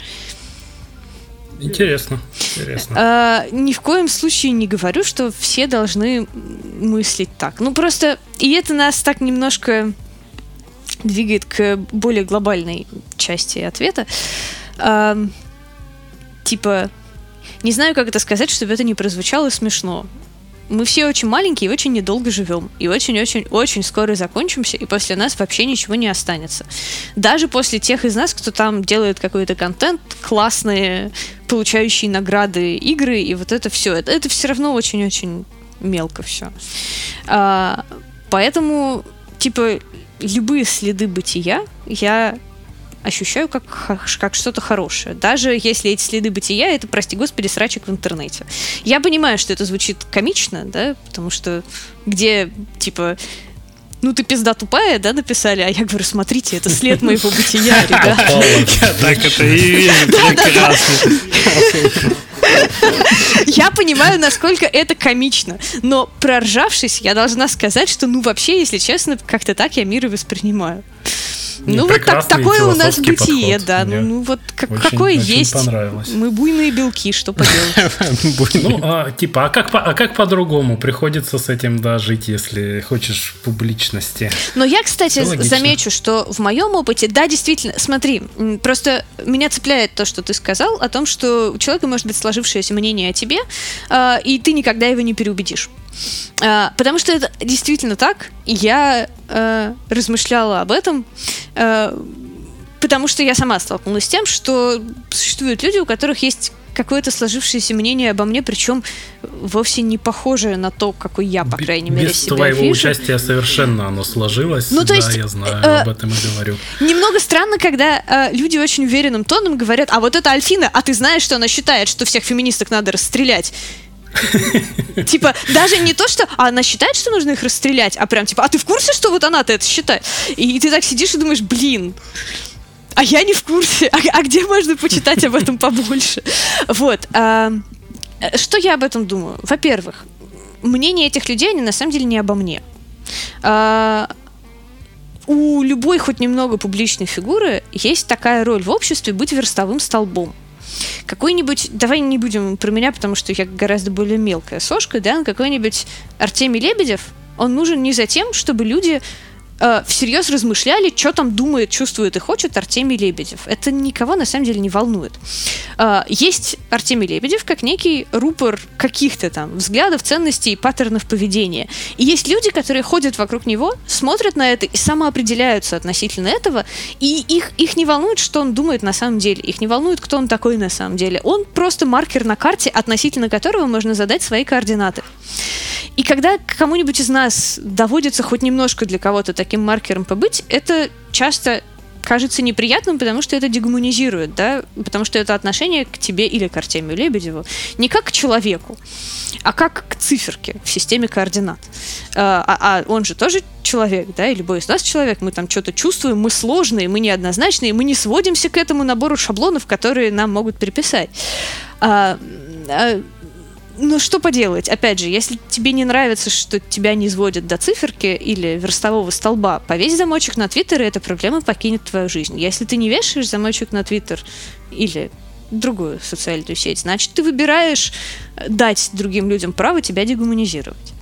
Интересно, интересно. А, ни в коем случае не говорю, что все должны мыслить так. Ну, просто, и это нас так немножко двигает к более глобальной части ответа. А, типа, не знаю, как это сказать, чтобы это не прозвучало смешно. Мы все очень маленькие и очень недолго живем. И очень-очень-очень скоро закончимся, и после нас вообще ничего не останется. Даже после тех из нас, кто там делает какой-то контент, классные, получающие награды игры, и вот это все. Это, это все равно очень-очень мелко все. А, поэтому, типа, любые следы бытия я ощущаю как, как что-то хорошее. Даже если эти следы бытия — это, прости господи, срачик в интернете. Я понимаю, что это звучит комично, да, потому что где, типа, ну ты пизда тупая, да, написали, а я говорю, смотрите, это след моего бытия, ребята. Я так это и вижу, прекрасно. Я понимаю, насколько это комично, но проржавшись, я должна сказать, что, ну, вообще, если честно, как-то так я мир и воспринимаю. Ну, вот так, такое у нас бытие, подход. Да. Ну, ну вот как, очень, какое очень есть. Мы буйные белки, что поделать. Ну, а, типа, а как, а как по-другому? Приходится с этим, да, жить, если хочешь публичности. Но я, кстати, замечу, что в моем опыте, да, действительно, смотри, просто меня цепляет то, что ты сказал, о том, что у человека может быть сложившееся мнение о тебе, и ты никогда его не переубедишь. Uh, потому что это действительно так. Я uh, размышляла об этом, uh, потому что я сама столкнулась с тем, что существуют люди, у которых есть какое-то сложившееся мнение обо мне, причем вовсе не похожее на то, какой я, по крайней мере, без себя твоего вижу. Участия совершенно оно сложилось. Ну, то да, есть, я знаю, э, об этом и говорю. Немного странно, когда э, люди очень уверенным тоном говорят: а вот это Альфина, а ты знаешь, что она считает, что всех феминисток надо расстрелять? Типа, даже не то, что а она считает, что нужно их расстрелять, а прям типа, а ты в курсе, что вот она-то это считает? И, и ты так сидишь и думаешь, блин, а я не в курсе, а, а где можно почитать об этом побольше? Вот. А, что я об этом думаю? Во-первых, мнение этих людей, они на самом деле не обо мне. А, у любой хоть немного публичной фигуры есть такая роль в обществе — быть верстовым столбом. Какой-нибудь, давай не будем про меня, потому что я гораздо более мелкая сошка, да, какой-нибудь Артемий Лебедев, он нужен не за тем, чтобы люди э, всерьез размышляли, что там думает, чувствует и хочет Артемий Лебедев. Это никого на самом деле не волнует. Э, есть Артемий Лебедев как некий рупор каких-то там взглядов, ценностей и паттернов поведения. И есть люди, которые ходят вокруг него, смотрят на это и самоопределяются относительно этого, и их, их не волнует, что он думает на самом деле. Их не волнует, кто он такой на самом деле. Он просто маркер на карте, относительно которого можно задать свои координаты. И когда кому-нибудь из нас доводится хоть немножко для кого-то таким маркером побыть, это часто кажется неприятным, потому что это дегуманизирует, да, потому что это отношение к тебе или к Артемию Лебедеву не как к человеку, а как к циферке в системе координат. А, а он же тоже человек, да, и любой из нас человек, мы там что-то чувствуем, мы сложные, мы неоднозначные, мы не сводимся к этому набору шаблонов, которые нам могут приписать. А, а, Ну, что поделать? Опять же, если тебе не нравится, что тебя не сводят до циферки или верстового столба, повесь замочек на Твиттер, и эта проблема покинет твою жизнь. Если ты не вешаешь замочек на Твиттер или другую социальную сеть, значит, ты выбираешь дать другим людям право тебя дегуманизировать.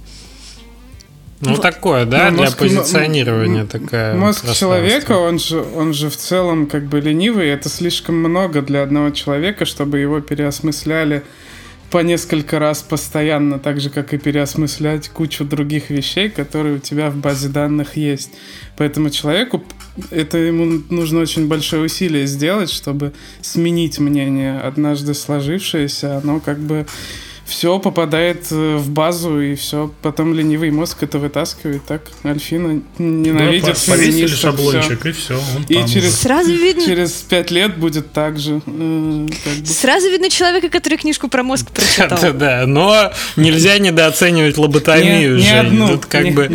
Ну, вот. Такое, да, ну, для мозг, позиционирования м- такая. Мозг человека, он же, он же в целом как бы ленивый, это слишком много для одного человека, чтобы его переосмысляли по несколько раз постоянно, так же, как и переосмыслять кучу других вещей, которые у тебя в базе данных есть. Поэтому человеку, это ему нужно очень большое усилие сделать, чтобы сменить мнение, однажды сложившееся, оно как бы все попадает в базу, и все. Потом ленивый мозг это вытаскивает. Так, Альфина ненавидит да, повесили шаблончик, все. И все. И через, Сразу видно... через пять лет будет так же. Э, как бы. Сразу видно человека, который книжку про мозг прочитал. Да, да, но нельзя недооценивать лоботомию. Не одну. как бы...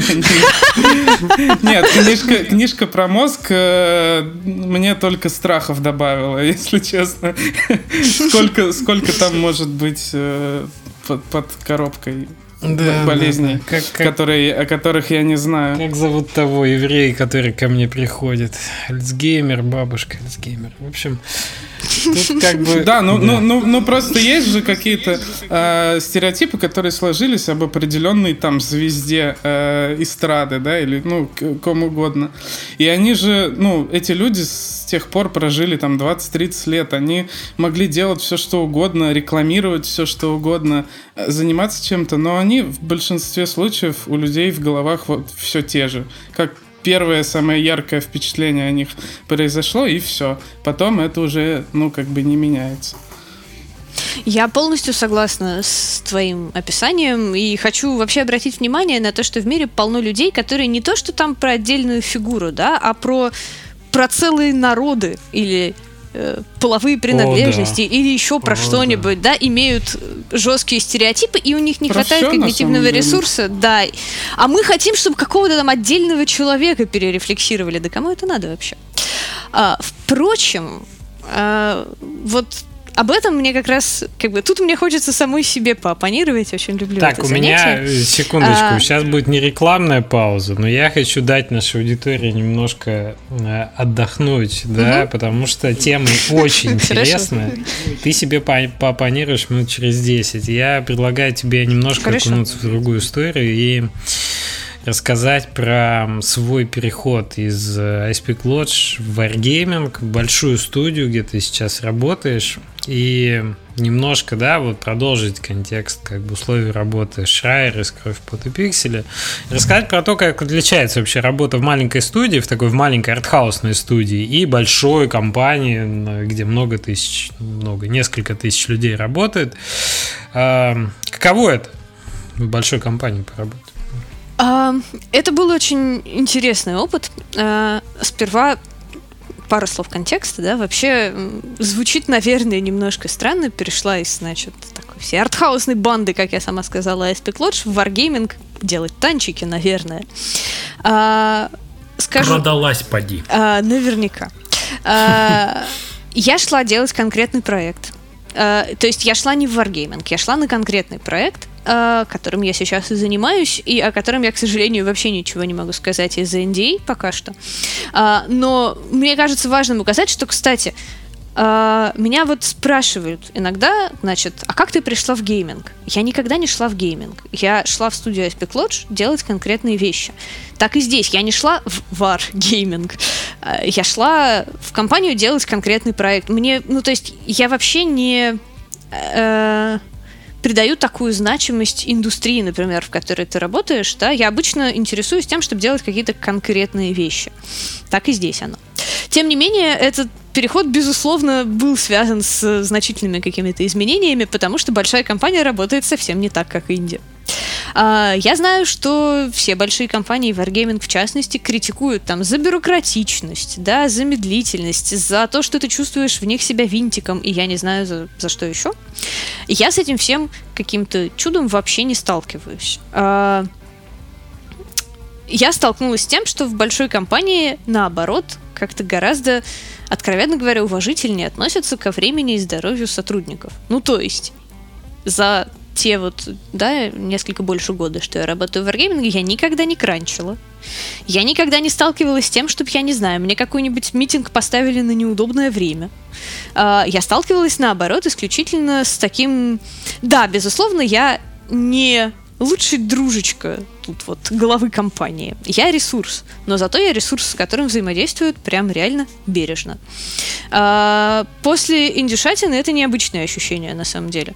Нет, книжка про мозг мне только страхов добавила, если честно. Сколько там может быть... Под, под коробкой да, болезней, да, да. Как, как, которые, о которых я не знаю. Как зовут того еврея, который ко мне приходит? Альцгеймер, бабушка Альцгеймер. В общем, тут как бы... Да, ну, да. Ну, ну, ну просто есть же какие-то э, стереотипы, которые сложились об определенной там звезде э, эстрады, да, или ну, кому угодно. И они же, ну, эти люди с тех пор прожили там двадцать-тридцать лет. Они могли делать все, что угодно, рекламировать все, что угодно, заниматься чем-то, но они в большинстве случаев у людей в головах вот все те же. Как первое самое яркое впечатление о них произошло, и все. Потом это уже, ну, как бы не меняется. Я полностью согласна с твоим описанием и хочу вообще обратить внимание на то, что в мире полно людей, которые не то, что там про отдельную фигуру, да, а про, про целые народы или э, половые принадлежности, О, да. или еще про О, что-нибудь, да. да, имеют жесткие стереотипы, и у них не про хватает все, когнитивного ресурса, да. А мы хотим, чтобы какого-то там отдельного человека перерефлексировали. Да кому это надо вообще? А, впрочем, а, вот об этом мне как раз, как бы, тут мне хочется самой себе пооппонировать, очень люблю так, это занятие. Так, у меня, секундочку, а... сейчас будет не рекламная пауза, но я хочу дать нашей аудитории немножко отдохнуть, да, угу. потому что тема очень интересная. Ты себе пооппонируешь минут через десять. Я предлагаю тебе немножко Хорошо. окунуться в другую историю и рассказать про свой переход из iSpeak Lodge в Wargaming, в большую студию, где ты сейчас работаешь, и немножко, да, вот продолжить контекст как бы условий работы Schreier из «Кровь, пот и пиксели», рассказать про то, как отличается вообще работа в маленькой студии, в такой в маленькой артхаусной студии и большой компании, где много тысяч, много, несколько тысяч людей работает. Каково это в большой компании поработать? Это был очень интересный опыт. Сперва пару слов контекста, да, вообще звучит, наверное, немножко странно. Перешла из, значит, такой всей артхаусной банды, как я сама сказала, iSpeak Lodge в Wargaming делать танчики, наверное. Скажу, продалась, поди. Наверняка. Я шла делать конкретный проект. То есть я шла не в Wargaming, я шла на конкретный проект, которым я сейчас и занимаюсь, и о котором я, к сожалению, вообще ничего не могу сказать из-за эн ди эй пока что. Но мне кажется важным указать, что, кстати, Uh, меня вот спрашивают иногда, значит, а как ты пришла в гейминг? Я никогда не шла в гейминг. Я шла в студию Aspect Lodge делать конкретные вещи. Так и здесь. Я не шла в вар-гейминг. Uh, я шла в компанию делать конкретный проект. Мне, ну, то есть, я вообще не uh, придаю такую значимость индустрии, например, в которой ты работаешь, да. Я обычно интересуюсь тем, чтобы делать какие-то конкретные вещи. Так и здесь оно. Тем не менее, этот переход, безусловно, был связан с значительными какими-то изменениями, потому что большая компания работает совсем не так, как инди. Я знаю, что все большие компании, Wargaming в частности, критикуют там за бюрократичность, да, за медлительность, за то, что ты чувствуешь в них себя винтиком, и я не знаю, за, за что еще. Я с этим всем каким-то чудом вообще не сталкиваюсь. Я столкнулась с тем, что в большой компании, наоборот, как-то гораздо, откровенно говоря, уважительнее относятся ко времени и здоровью сотрудников. Ну, то есть, за те вот, да, несколько больше года, что я работаю в Wargaming, я никогда не кранчила. Я никогда не сталкивалась с тем, чтобы, я не знаю, мне какой-нибудь митинг поставили на неудобное время. Я сталкивалась, наоборот, исключительно с таким... Да, безусловно, я не... лучший дружечка тут вот главы компании. Я ресурс, но зато я ресурс, с которым взаимодействуют прям реально бережно. А, после индюшатины это необычное ощущение на самом деле.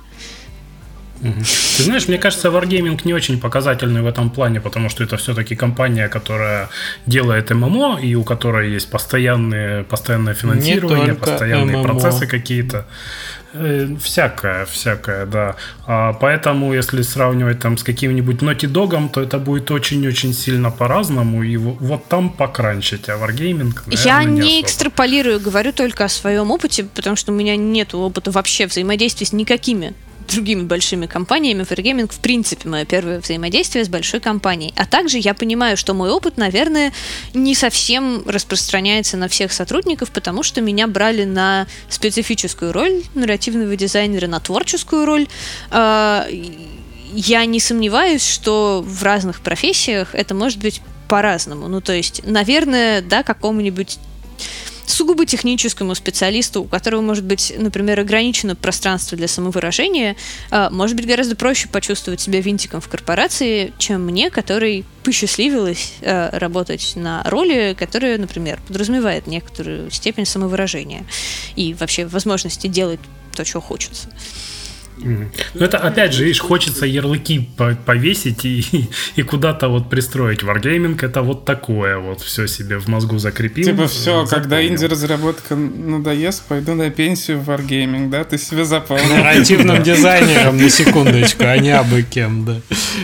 Ты знаешь, мне кажется, Wargaming не очень показательный в этом плане, потому что это все-таки компания, которая делает эм эм о, и у которой есть постоянные, постоянное финансирование, постоянные эм эм о. Процессы какие-то. Всякое, всякое, да. А поэтому, если сравнивать там с каким-нибудь Naughty Dog'ом, то это будет очень-очень сильно по-разному, и вот там покранчить, а Wargaming, наверное, я не, не экстраполирую, говорю только о своем опыте, потому что у меня нет опыта вообще взаимодействия с никакими другими большими компаниями. Wargaming, в принципе, мое первое взаимодействие с большой компанией. А также я понимаю, что мой опыт, наверное, не совсем распространяется на всех сотрудников, потому что меня брали на специфическую роль нарративного дизайнера, на творческую роль. Я не сомневаюсь, что в разных профессиях это может быть по-разному. Ну, то есть, наверное, да, какому-нибудь сугубо техническому специалисту, у которого может быть, например, ограничено пространство для самовыражения, может быть гораздо проще почувствовать себя винтиком в корпорации, чем мне, которой посчастливилось работать на роли, которая, например, подразумевает некоторую степень самовыражения и вообще возможности делать то, что хочется. Ну, это, опять же, видишь, хочется ярлыки повесить и, и куда-то вот пристроить. Wargaming — это вот такое вот, все себе в мозгу закрепил. Типа все, запомнил. Когда инди-разработка надоест, пойду на пенсию в Wargaming, да? Ты себе запомнил. Нарративным дизайнером, на секундочку, а не абы кем, да.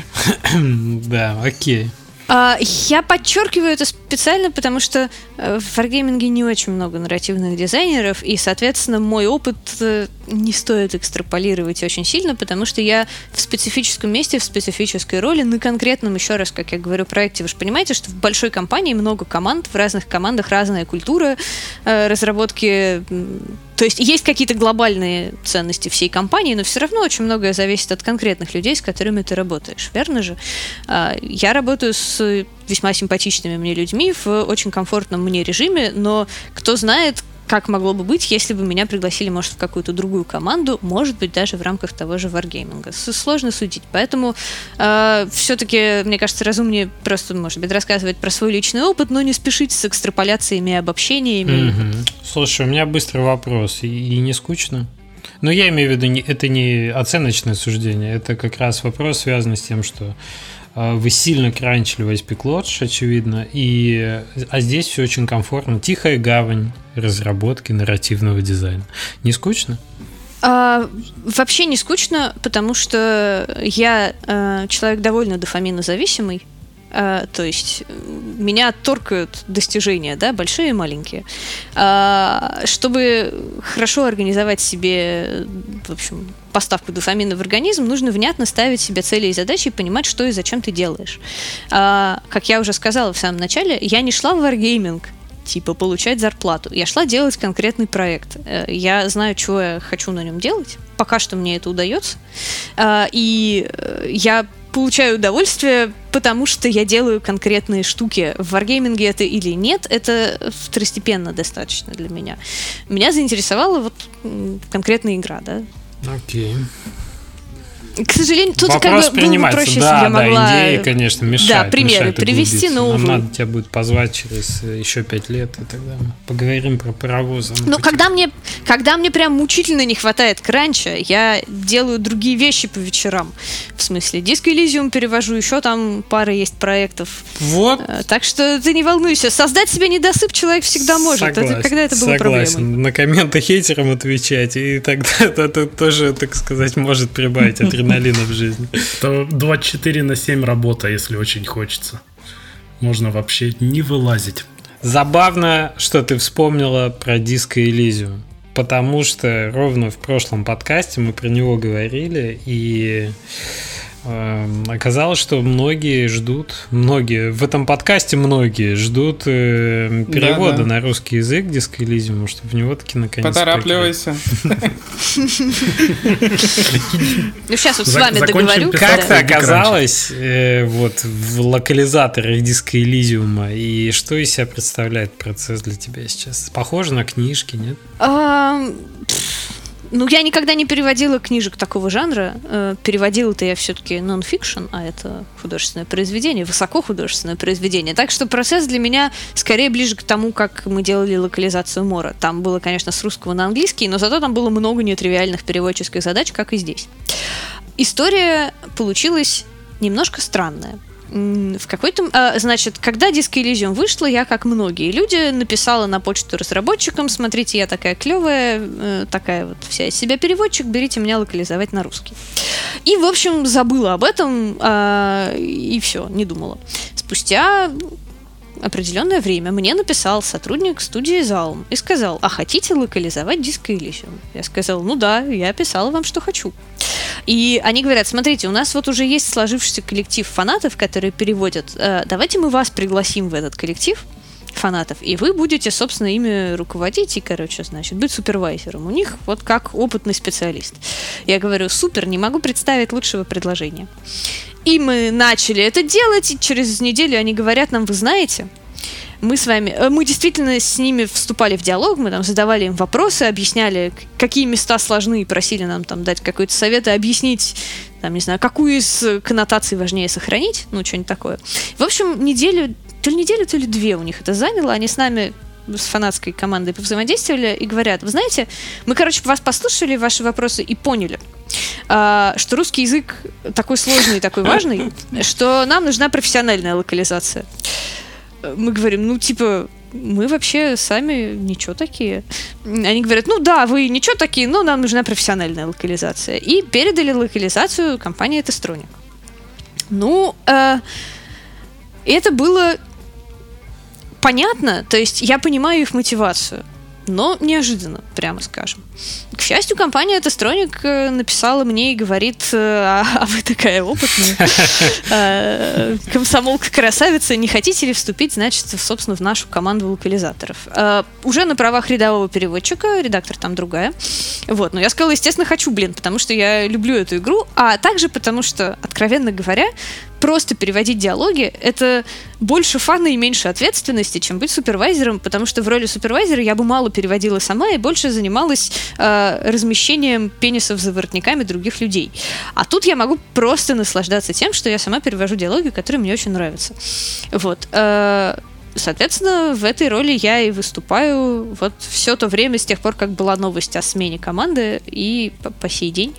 Да, окей. Я подчеркиваю это специально, потому что в Wargaming не очень много нарративных дизайнеров, и, соответственно, мой опыт не стоит экстраполировать очень сильно, потому что я в специфическом месте, в специфической роли, на конкретном, еще раз, как я говорю, проекте. Вы же понимаете, что в большой компании много команд, в разных командах разная культура разработки. То есть есть какие-то глобальные ценности всей компании, но все равно очень многое зависит от конкретных людей, с которыми ты работаешь, верно же? Я работаю с весьма симпатичными мне людьми в очень комфортном мне режиме, но кто знает, как могло бы быть, если бы меня пригласили, может, в какую-то другую команду, может быть, даже в рамках того же Wargaming. Сложно судить. Поэтому э, все-таки, мне кажется, разумнее просто, может быть, рассказывать про свой личный опыт, но не спешить с экстраполяциями и обобщениями. Mm-hmm. Слушай, у меня быстрый вопрос. И, и не скучно? Но я имею в виду, не, это не оценочное суждение, это как раз вопрос, связанный с тем, что вы сильно кранчили в Aspect Lodge, очевидно, и, а здесь все очень комфортно. Тихая гавань разработки нарративного дизайна. Не скучно? А, вообще не скучно, потому что я а, человек довольно дофаминозависимый. Uh, то есть меня торкают достижения, да, большие и маленькие. Uh, чтобы хорошо организовать себе, в общем, поставку дофамина в организм, нужно внятно ставить себе цели и задачи и понимать, что и зачем ты делаешь. Uh, как я уже сказала в самом начале, я не шла в Wargaming типа получать зарплату. Я шла делать конкретный проект. Uh, я знаю, чего я хочу на нем делать. Пока что мне это удается. Uh, и я получаю удовольствие, потому что я делаю конкретные штуки. В варгейминге это или нет, это второстепенно достаточно для меня. Меня заинтересовала вот конкретная игра, да. Окей. К сожалению, тут вопрос как бы было бы проще, да, если я могла... Да, идеи, конечно, мешают. Да, примеры мешают привести, но, увы. Нам надо тебя будет позвать через еще пять лет, и тогда мы поговорим про паровозы. Ну, когда мне, когда мне прям мучительно не хватает кранча, я делаю другие вещи по вечерам. В смысле, Disco Elysium перевожу, еще там пара есть проектов. Вот. Так что ты не волнуйся. Создать себе недосып человек всегда может. Согласен, это, когда это было согласен. проблемой? На комменты хейтерам отвечать, и тогда это тоже, так сказать, может прибавить адреналина в жизни. Это двадцать четыре на семь работа, если очень хочется. Можно вообще не вылазить. Забавно, что ты вспомнила про Disco Elysium, потому что ровно в прошлом подкасте мы про него говорили, и э, оказалось, что многие ждут, многие, в этом подкасте многие ждут э, перевода да, да. на русский язык Disco Elysium, чтобы в него таки наконец поторапливайся. Ну, сейчас вот с вами договорю. Как-то оказалось вот в локализаторах Disco Elysium, и что из себя представляет процесс для тебя сейчас? Похоже на книжки, нет? Ну, я никогда не переводила книжек такого жанра. Переводила-то я все-таки нон-фикшн, а это художественное произведение, высокохудожественное произведение. Так что процесс для меня скорее ближе к тому, как мы делали локализацию Мора. Там было, конечно, с русского на английский, но зато там было много нетривиальных переводческих задач, как и здесь. История получилась немножко странная. В какой-то... Значит, когда Disco Elysium вышла, я, как многие люди, написала на почту разработчикам: смотрите, я такая клевая, такая вот вся из себя переводчик, берите меня локализовать на русский. И, в общем, забыла об этом, и все, не думала. Спустя определенное время мне написал сотрудник студии Zaum и сказал: а хотите локализовать Disco Elysium? Я сказала: ну да, я писала вам, что хочу. И они говорят: смотрите, у нас вот уже есть сложившийся коллектив фанатов, которые переводят. Давайте мы вас пригласим в этот коллектив фанатов, и вы будете, собственно, ими руководить и, короче, значит, быть супервайзером. У них вот как опытный специалист. Я говорю: супер, не могу представить лучшего предложения. И мы начали это делать, и через неделю они говорят нам: вы знаете, мы с вами, мы действительно с ними вступали в диалог, мы там задавали им вопросы, объясняли, какие места сложны, и просили нам там дать какой-то совет и объяснить, там, не знаю, какую из коннотаций важнее сохранить, ну, что-нибудь такое. В общем, неделю, то ли неделю, то ли две у них это заняло, они с нами, с фанатской командой повзаимодействовали и говорят: вы знаете, мы, короче, вас послушали, ваши вопросы, и поняли, что русский язык такой сложный и такой важный, что нам нужна профессиональная локализация. Мы говорим: ну, типа, мы вообще сами ничего такие. Они говорят: ну да, вы ничего такие, но нам нужна профессиональная локализация. И передали локализацию компании Testronic. Ну, э, это было понятно, то есть я понимаю их мотивацию, но неожиданно, прямо скажем. К счастью, компания Testronic написала мне и говорит: а, а вы такая опытная, комсомолка-красавица, не хотите ли вступить, значит, собственно, в нашу команду локализаторов? Уже на правах рядового переводчика, редактор там другая. Вот, но я сказала: естественно, хочу, блин, потому что я люблю эту игру, а также потому что, откровенно говоря, просто переводить диалоги — это больше фана и меньше ответственности, чем быть супервайзером, потому что в роли супервайзера я бы мало переводила сама и больше занималась э, размещением пенисов за воротниками других людей. А тут я могу просто наслаждаться тем, что я сама перевожу диалоги, которые мне очень нравятся. Вот. Э, соответственно, в этой роли я и выступаю вот все то время, с тех пор, как была новость о смене команды, и по, по сей день.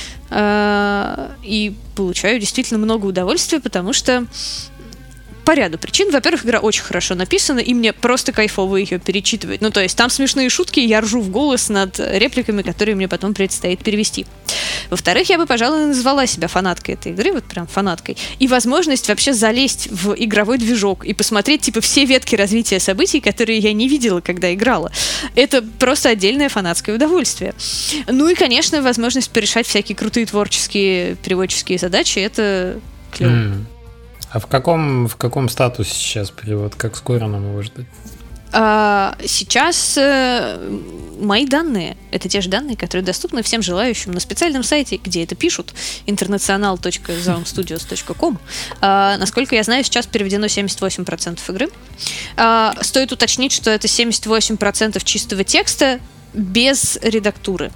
И получаю действительно много удовольствия, потому что по ряду причин. Во-первых, игра очень хорошо написана, и мне просто кайфово ее перечитывать. Ну, то есть там смешные шутки, и я ржу в голос над репликами, которые мне потом предстоит перевести. Во-вторых, я бы, пожалуй, назвала себя фанаткой этой игры, вот прям фанаткой. И возможность вообще залезть в игровой движок и посмотреть, типа, все ветки развития событий, которые я не видела, когда играла. Это просто отдельное фанатское удовольствие. Ну и, конечно, возможность порешать всякие крутые творческие переводческие задачи. Это клево. Mm. А в каком, в каком статусе сейчас перевод? Как скоро нам его ждать? А, сейчас э, мои данные — это те же данные, которые доступны всем желающим на специальном сайте, где это пишут, интернационал точка заумстудиос точка ком. А, насколько я знаю, сейчас переведено семьдесят восемь процентов игры. А, стоит уточнить, что это семьдесят восемь процентов чистого текста без редактуры.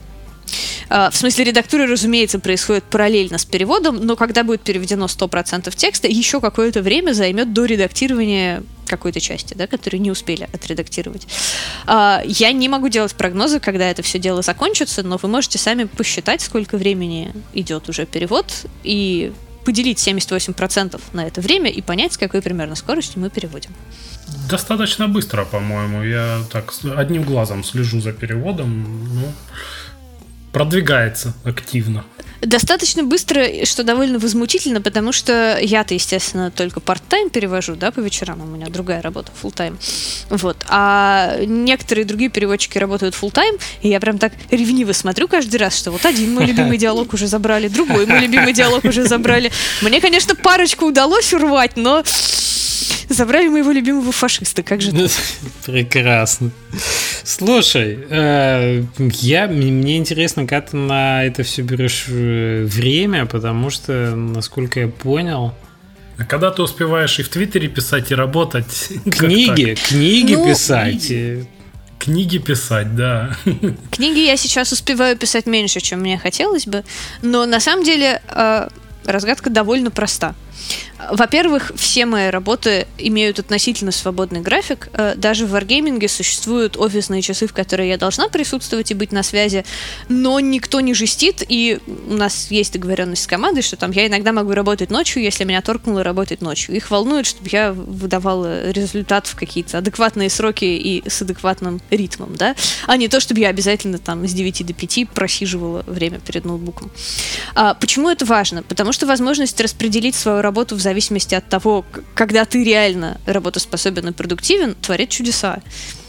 В смысле, редактура, разумеется, происходит параллельно с переводом, но когда будет переведено сто процентов текста, еще какое-то время займет до редактирования какой-то части, да, которую не успели отредактировать. Я не могу делать прогнозы, когда это все дело закончится, но вы можете сами посчитать, сколько времени идет уже перевод, и поделить семьдесят восемь процентов на это время и понять, с какой примерно скоростью мы переводим. Достаточно быстро, по-моему. Я так одним глазом слежу за переводом, ну... продвигается активно. Достаточно быстро, что довольно возмутительно, потому что я-то, естественно, только парт-тайм перевожу, да, по вечерам, у меня другая работа, фулл-тайм. Вот. А некоторые другие переводчики работают фулл-тайм, и я прям так ревниво смотрю каждый раз, что вот один мой любимый диалог уже забрали, другой мой любимый диалог уже забрали. Мне, конечно, парочку удалось урвать, но... забрали моего любимого фашиста, как же так? Прекрасно. Слушай, э, я, мне интересно, как ты на это все берешь время, потому что, насколько я понял... А когда ты успеваешь и в Твиттере писать, и работать? Книги, книги ну, писать. Книги писать, да. Книги я сейчас успеваю писать меньше, чем мне хотелось бы, но на самом деле э, разгадка довольно проста. Во-первых, все мои работы имеют относительно свободный график. Даже в варгейминге существуют офисные часы, в которые я должна присутствовать и быть на связи, но никто не жестит, и у нас есть договоренность с командой, что там я иногда могу работать ночью, если меня торкнуло работать ночью. Их волнует, чтобы я выдавала результат в какие-то адекватные сроки и с адекватным ритмом, да, а не то, чтобы я обязательно там с девяти до пяти просиживала время перед ноутбуком. А почему это важно? Потому что возможность распределить свою работу в зависимости от того, когда ты реально работоспособен и продуктивен, творит чудеса.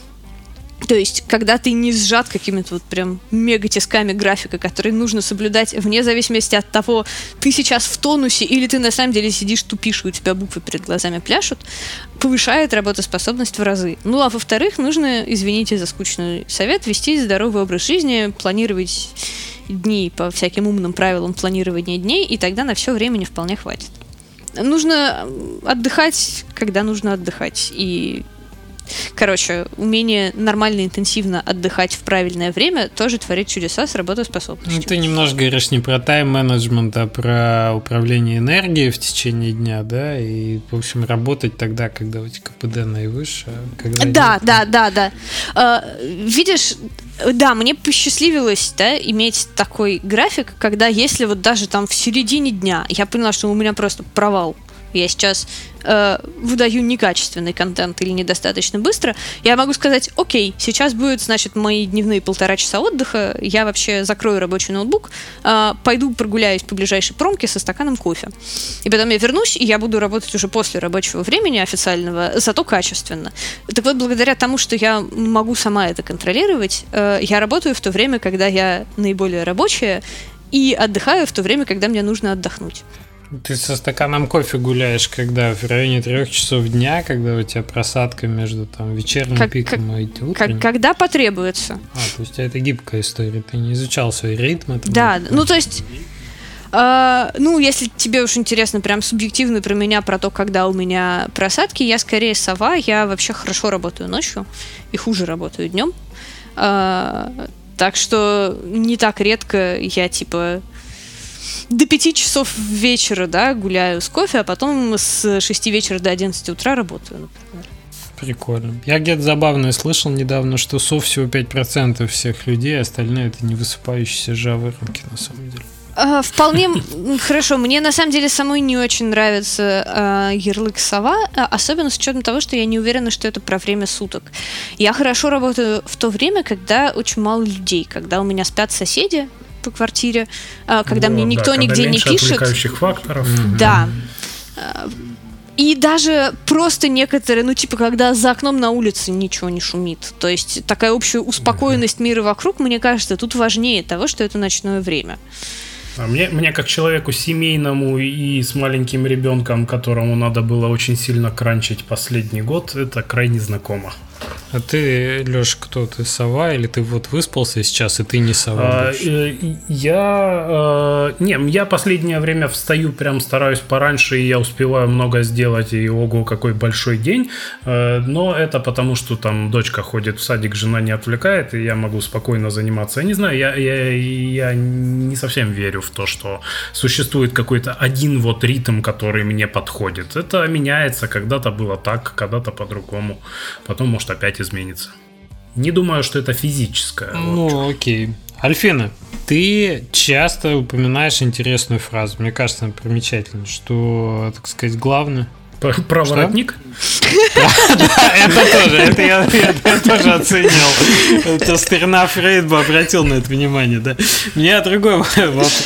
То есть, когда ты не сжат какими-то вот прям мега-тисками графика, которые нужно соблюдать вне зависимости от того, ты сейчас в тонусе или ты на самом деле сидишь, тупишь, и у тебя буквы перед глазами пляшут, повышает работоспособность в разы. Ну, а во-вторых, нужно, извините за скучный совет, вести здоровый образ жизни, планировать дни по всяким умным правилам планирования дней, и тогда на все времени вполне хватит. Нужно отдыхать, когда нужно отдыхать. И, короче, умение нормально, интенсивно отдыхать в правильное время тоже творит чудеса с работоспособностью. Ну, ты немножко говоришь не про тайм-менеджмент, а про управление энергией в течение дня, да? И, в общем, работать тогда, когда у тебя КПД наивысшее. Когда да, нет... да, да, да, да. Видишь... Да, мне посчастливилось, да, иметь такой график, когда если вот даже там в середине дня я поняла, что у меня просто провал, я сейчас э, выдаю некачественный контент или недостаточно быстро, я могу сказать, окей, сейчас будет, значит, мои дневные полтора часа отдыха, я вообще закрою рабочий ноутбук, э, пойду прогуляюсь по ближайшей промке со стаканом кофе. И потом я вернусь, и я буду работать уже после рабочего времени официального, зато качественно. Так вот, благодаря тому, что я могу сама это контролировать, э, я работаю в то время, когда я наиболее рабочая, и отдыхаю в то время, когда мне нужно отдохнуть. Ты со стаканом кофе гуляешь, когда в районе трех часов дня, когда у тебя просадка между там вечерним как, пиком как, и утренним? Когда потребуется. А, то есть это гибкая история, ты не изучал свои ритмы? Да, ну то есть, э, ну если тебе уж интересно прям субъективно про меня, про то, когда у меня просадки, я скорее сова, я вообще хорошо работаю ночью и хуже работаю днем. Э, так что не так редко я типа... до пяти часов вечера, да, гуляю с кофе, а потом с шести вечера до одиннадцати утра работаю, например. Прикольно. Я где-то забавно слышал недавно, что сов всего пять процентов всех людей, остальные это не высыпающиеся жаворонки на самом деле. А, вполне хорошо. Мне на самом деле самой не очень нравится а, ярлык сова, особенно с учетом того, что я не уверена, что это про время суток. Я хорошо работаю в то время, когда очень мало людей, когда у меня спят соседи по квартире, когда вот, мне никто да, нигде не пишет. Отвлекающих факторов. Да. И даже просто некоторые, ну типа, когда за окном на улице ничего не шумит. То есть такая общая успокоенность мира вокруг, мне кажется, тут важнее того, что это ночное время. А мне, мне как человеку семейному и с маленьким ребенком, которому надо было очень сильно кранчить последний год, это крайне знакомо. А ты, Леша, кто ты, сова, или ты вот выспался сейчас, и ты не сова? А, я... Не, я последнее время встаю, прям стараюсь пораньше, и я успеваю много сделать, и ого, какой большой день. Но это потому, что там дочка ходит в садик, жена не отвлекает, и я могу спокойно заниматься. Я не знаю, я, я, я не совсем верю в то, что существует какой-то один вот ритм, который мне подходит. Это меняется, когда-то было так, когда-то по-другому. Потом, может, опять изменится. Не думаю, что это физическое. Ну, вот. Окей. Альфина, ты часто упоминаешь интересную фразу. Мне кажется, она примечательна, что, так сказать, главное... Про воротник? Да, это тоже, это я тоже оценил. Это старина Фрейд бы обратил на это внимание, да. У меня другой вопрос.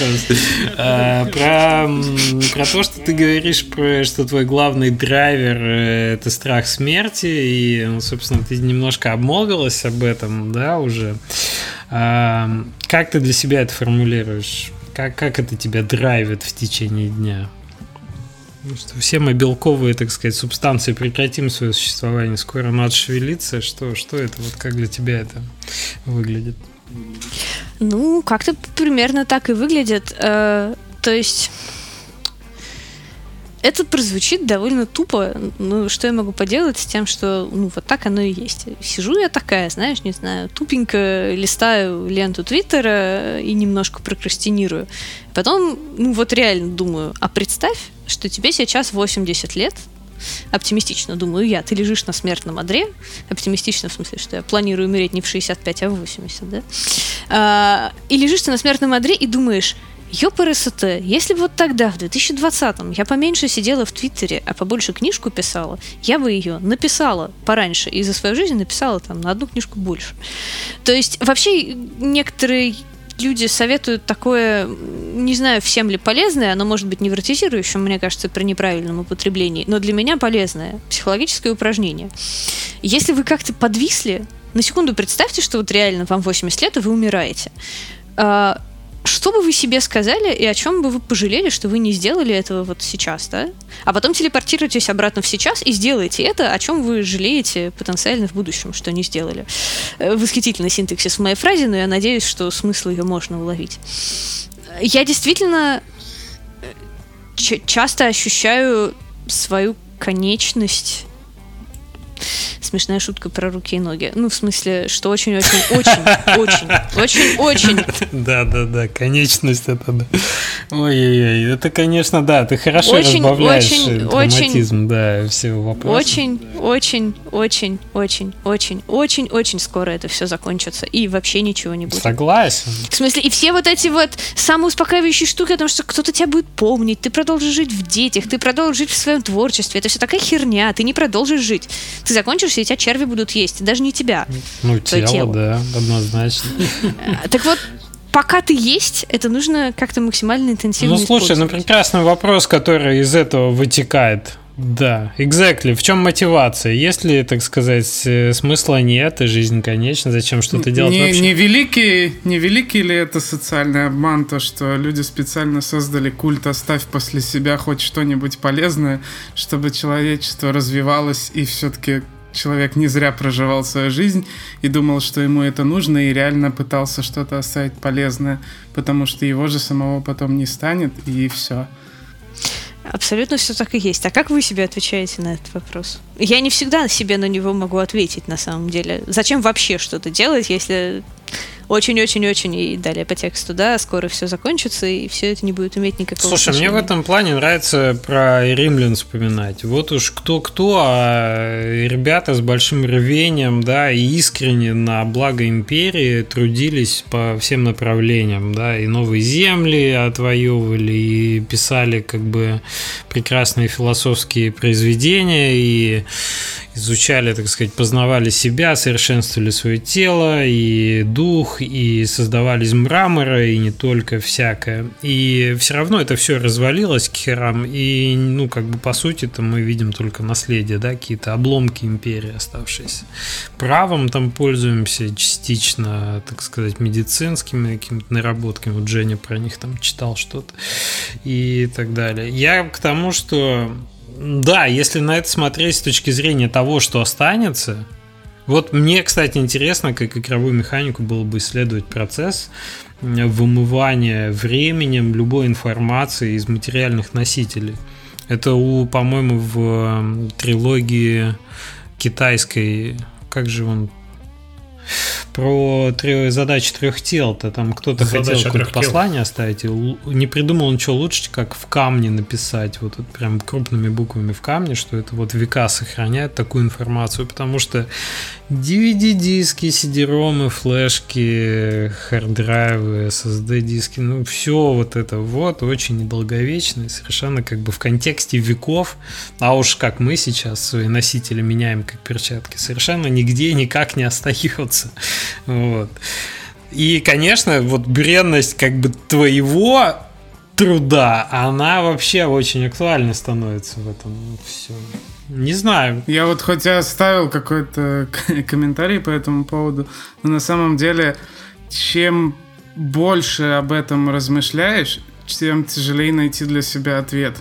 Про то, что ты говоришь, что твой главный драйвер – это страх смерти, и, собственно, ты немножко обмолвилась об этом, да, уже. Как ты для себя это формулируешь? Как, как это тебя драйвит в течение дня? Что все мы белковые, так сказать, субстанции прекратим свое существование. Скоро надо шевелиться. Что, что это? Вот как для тебя это выглядит? Ну, как-то примерно так и выглядит. Э, то есть... Это прозвучит довольно тупо, ну, что я могу поделать с тем, что, ну, вот так оно и есть. Сижу я такая, знаешь, не знаю, тупенько листаю ленту Твиттера и немножко прокрастинирую. Потом, ну, вот реально думаю, а представь, что тебе сейчас восемьдесят лет, оптимистично думаю я, ты лежишь на смертном одре, оптимистично в смысле, что я планирую умереть не в шестьдесят пять, а в восемьдесят, да? А, и лежишь ты на смертном одре и думаешь... Ёпрст, если бы вот тогда, в две тысячи двадцатом, я поменьше сидела в Твиттере, а побольше книжку писала, я бы ее написала пораньше и за свою жизнь написала там на одну книжку больше. То есть вообще некоторые люди советуют такое, не знаю, всем ли полезное, оно может быть невротизирующим, мне кажется, при неправильном употреблении, но для меня полезное психологическое упражнение. Если вы как-то подвисли, на секунду представьте, что вот реально вам восемьдесят лет, и вы умираете. Что бы вы себе сказали и о чем бы вы пожалели, что вы не сделали этого вот сейчас, да? А потом телепортируйтесь обратно в сейчас и сделайте это, о чем вы жалеете потенциально в будущем, что не сделали. Восхитительный синтаксис в моей фразе, но я надеюсь, что смысл ее можно уловить. Я действительно ч- часто ощущаю свою конечность. Смешная шутка про руки и ноги. Ну, в смысле, что очень-очень-очень-очень-очень. Да-да-да, конечность это, да. Ой-ой-ой, это, конечно, да, ты хорошо разбавляешь драматизм, да, всего вопроса. Очень-очень-очень-очень-очень-очень-очень скоро это все закончится, и вообще ничего не будет. Согласен. В смысле, и все вот эти вот самоуспокаивающие штуки о том, что кто-то тебя будет помнить, ты продолжишь жить в детях, ты продолжишь жить в своем творчестве, это все такая херня, ты не продолжишь жить. Ты закончишься, и тебя черви будут есть. Даже не тебя. Ну, тело, тело, да, однозначно. Так вот, пока ты есть, это нужно как-то максимально интенсивно использовать. Ну, слушай, ну, прекрасный вопрос, который из этого вытекает. Да, exactly. В чем мотивация? Если, так сказать, смысла нет, и жизнь конечна, зачем что-то делать не, вообще? Не великий, не великий ли это социальный обман, то, что люди специально создали культ «оставь после себя хоть что-нибудь полезное», чтобы человечество развивалось, и все-таки человек не зря проживал свою жизнь и думал, что ему это нужно, и реально пытался что-то оставить полезное, потому что его же самого потом не станет, и все. Абсолютно все так и есть. А как вы себе отвечаете на этот вопрос? Я не всегда себе на него могу ответить, на самом деле. Зачем вообще что-то делать, если очень-очень-очень и далее по тексту, да, скоро все закончится, и все это не будет иметь никакого Слушай, отношения. мне в этом плане нравится про римлян вспоминать. Вот уж кто-кто, а ребята с большим рвением, да, и искренне на благо империи трудились по всем направлениям, да, и новые земли отвоевывали, и писали как бы прекрасные философские произведения, и изучали, так сказать, познавали себя, совершенствовали свое тело и дух, и создавали из мрамора, и не только всякое. И все равно это все развалилось к херам, и, ну, как бы, по сути-то мы видим только наследие, да, какие-то обломки империи оставшиеся. Правом там пользуемся частично, так сказать, медицинскими какими-то наработками. Вот Женя про них там читал что-то и так далее. Я к тому, что да, если на это смотреть с точки зрения того, что останется, Вот мне, кстати, интересно, как игровую механику было бы исследовать процесс вымывания временем любой информации из материальных носителей. Это, у, по-моему, в трилогии китайской, как же он, про три, задачи трех тел-то, там кто-то Задача хотел какое-то послание оставить, и не придумал ничего лучше, как в камне написать, вот, вот прям крупными буквами в камне, что это вот века сохраняет такую информацию, потому что ди ви ди-диски, си ди-ромы, флешки, хард-драйвы, эс эс ди-диски, ну все вот это вот очень недолговечно, совершенно как бы в контексте веков, а уж как мы сейчас свои носители меняем как перчатки, совершенно нигде никак не остается. Вот. И, конечно, вот бренность как бы твоего труда, она вообще очень актуальной становится в этом все. Не знаю. Я вот хоть и оставил какой-то комментарий по этому поводу, но на самом деле, чем больше об этом размышляешь, тем тяжелее найти для себя ответ.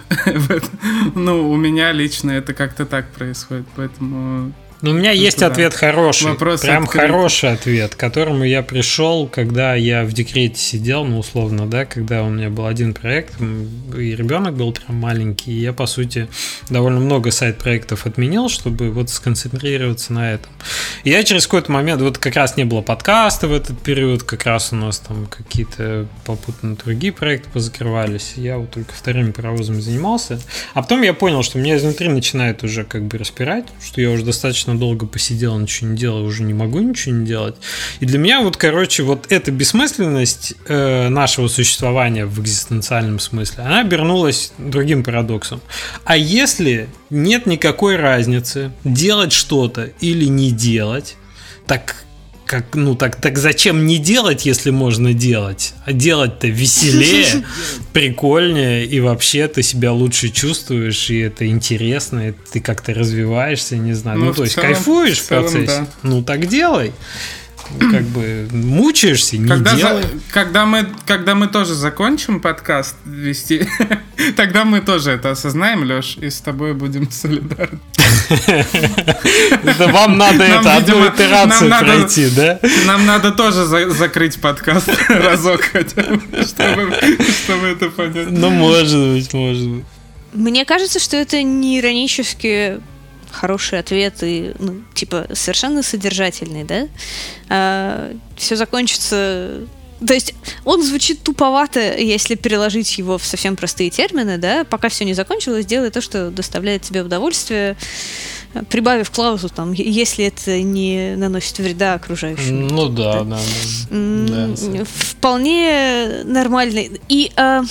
Ну, у меня лично это как-то так происходит, поэтому... Ну, у меня есть да. ответ хороший, Вопрос прям открыт. Хороший ответ, к которому я пришел, когда я в декрете сидел, ну, условно, да, когда у меня был один проект, и ребенок был прям маленький, и я, по сути, довольно много сайт-проектов отменил, чтобы вот сконцентрироваться на этом. И я через какой-то момент, вот как раз не было подкаста в этот период, как раз у нас там какие-то попутно другие проекты позакрывались, я вот только вторыми паровозами занимался, а потом я понял, что меня изнутри начинает уже как бы распирать, что я уже достаточно долго посидел, ничего не делал, уже не могу ничего не делать. И для меня вот, короче, вот эта бессмысленность э, нашего существования в экзистенциальном смысле, она обернулась другим парадоксом. А если нет никакой разницы делать что-то или не делать, так как, ну так, так зачем не делать, если можно делать? А делать-то веселее, прикольнее, и вообще ты себя лучше чувствуешь, и это интересно, и ты как-то развиваешься, не знаю. Ну, ну то есть целом, кайфуешь в, в целом, процессе, да. Ну так делай. Как бы мучаешься, не когда делай. За, когда, мы, когда мы тоже закончим подкаст вести, тогда мы тоже это осознаем, Лёш, и с тобой будем солидарны. Это вам надо это одну итерацию пройти, да? Нам надо тоже закрыть подкаст разок хотя бы, чтобы это понять. Ну, может быть, может быть. Мне кажется, что это не иронически... хороший ответ и, ну, типа, совершенно содержательный, да? А, все закончится... То есть он звучит туповато, если переложить его в совсем простые термины, да? Пока все не закончилось, делай то, что доставляет тебе удовольствие, прибавив клаузу, там, если это не наносит вреда окружающим. Ну да, да. да. да Вполне нормальный. И... А...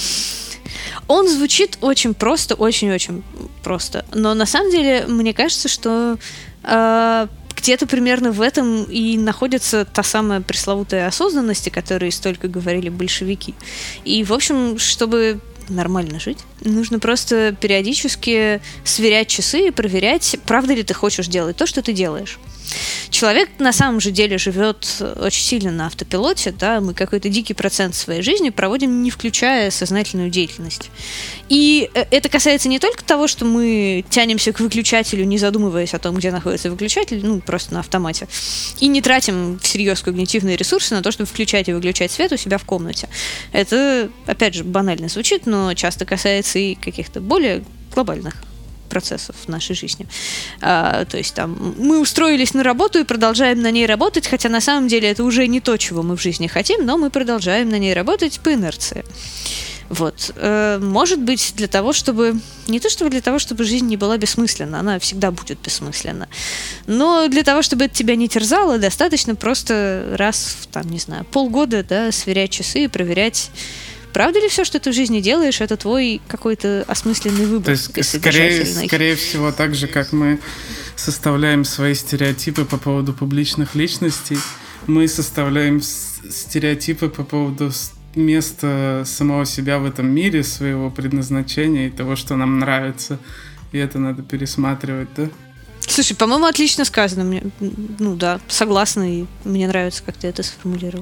Он звучит очень просто, очень-очень просто. Но на самом деле, мне кажется, что э, где-то примерно в этом и находится та самая пресловутая осознанность, о которой столько говорили большевики. И, в общем, чтобы нормально жить, нужно просто периодически сверять часы и проверять, правда ли ты хочешь делать то, что ты делаешь. Человек на самом же деле живет очень сильно на автопилоте, да, мы какой-то дикий процент своей жизни проводим, не включая сознательную деятельность. И это касается не только того, что мы тянемся к выключателю, не задумываясь о том, где находится выключатель, ну, просто на автомате, и не тратим всерьез когнитивные ресурсы на то, чтобы включать и выключать свет у себя в комнате. Это, опять же, банально звучит, но часто касается и каких-то более глобальных процессов в нашей жизни. А, то есть там мы устроились на работу и продолжаем на ней работать, хотя на самом деле это уже не то, чего мы в жизни хотим, но мы продолжаем на ней работать по инерции. Вот. А, может быть, для того, чтобы... Не то, чтобы для того, чтобы жизнь не была бессмысленна, она всегда будет бессмысленна, но для того, чтобы это тебя не терзало, достаточно просто раз в, там, не знаю, полгода, да, сверять часы и проверять, правда ли все, что ты в жизни делаешь, это твой какой-то осмысленный выбор? То есть, скорее, скорее всего, так же, как мы составляем свои стереотипы по поводу публичных личностей, мы составляем стереотипы по поводу места самого себя в этом мире, своего предназначения и того, что нам нравится. И это надо пересматривать, да? Слушай, по-моему, отлично сказано. Мне, ну да, согласна, и мне нравится, как ты это сформулировал.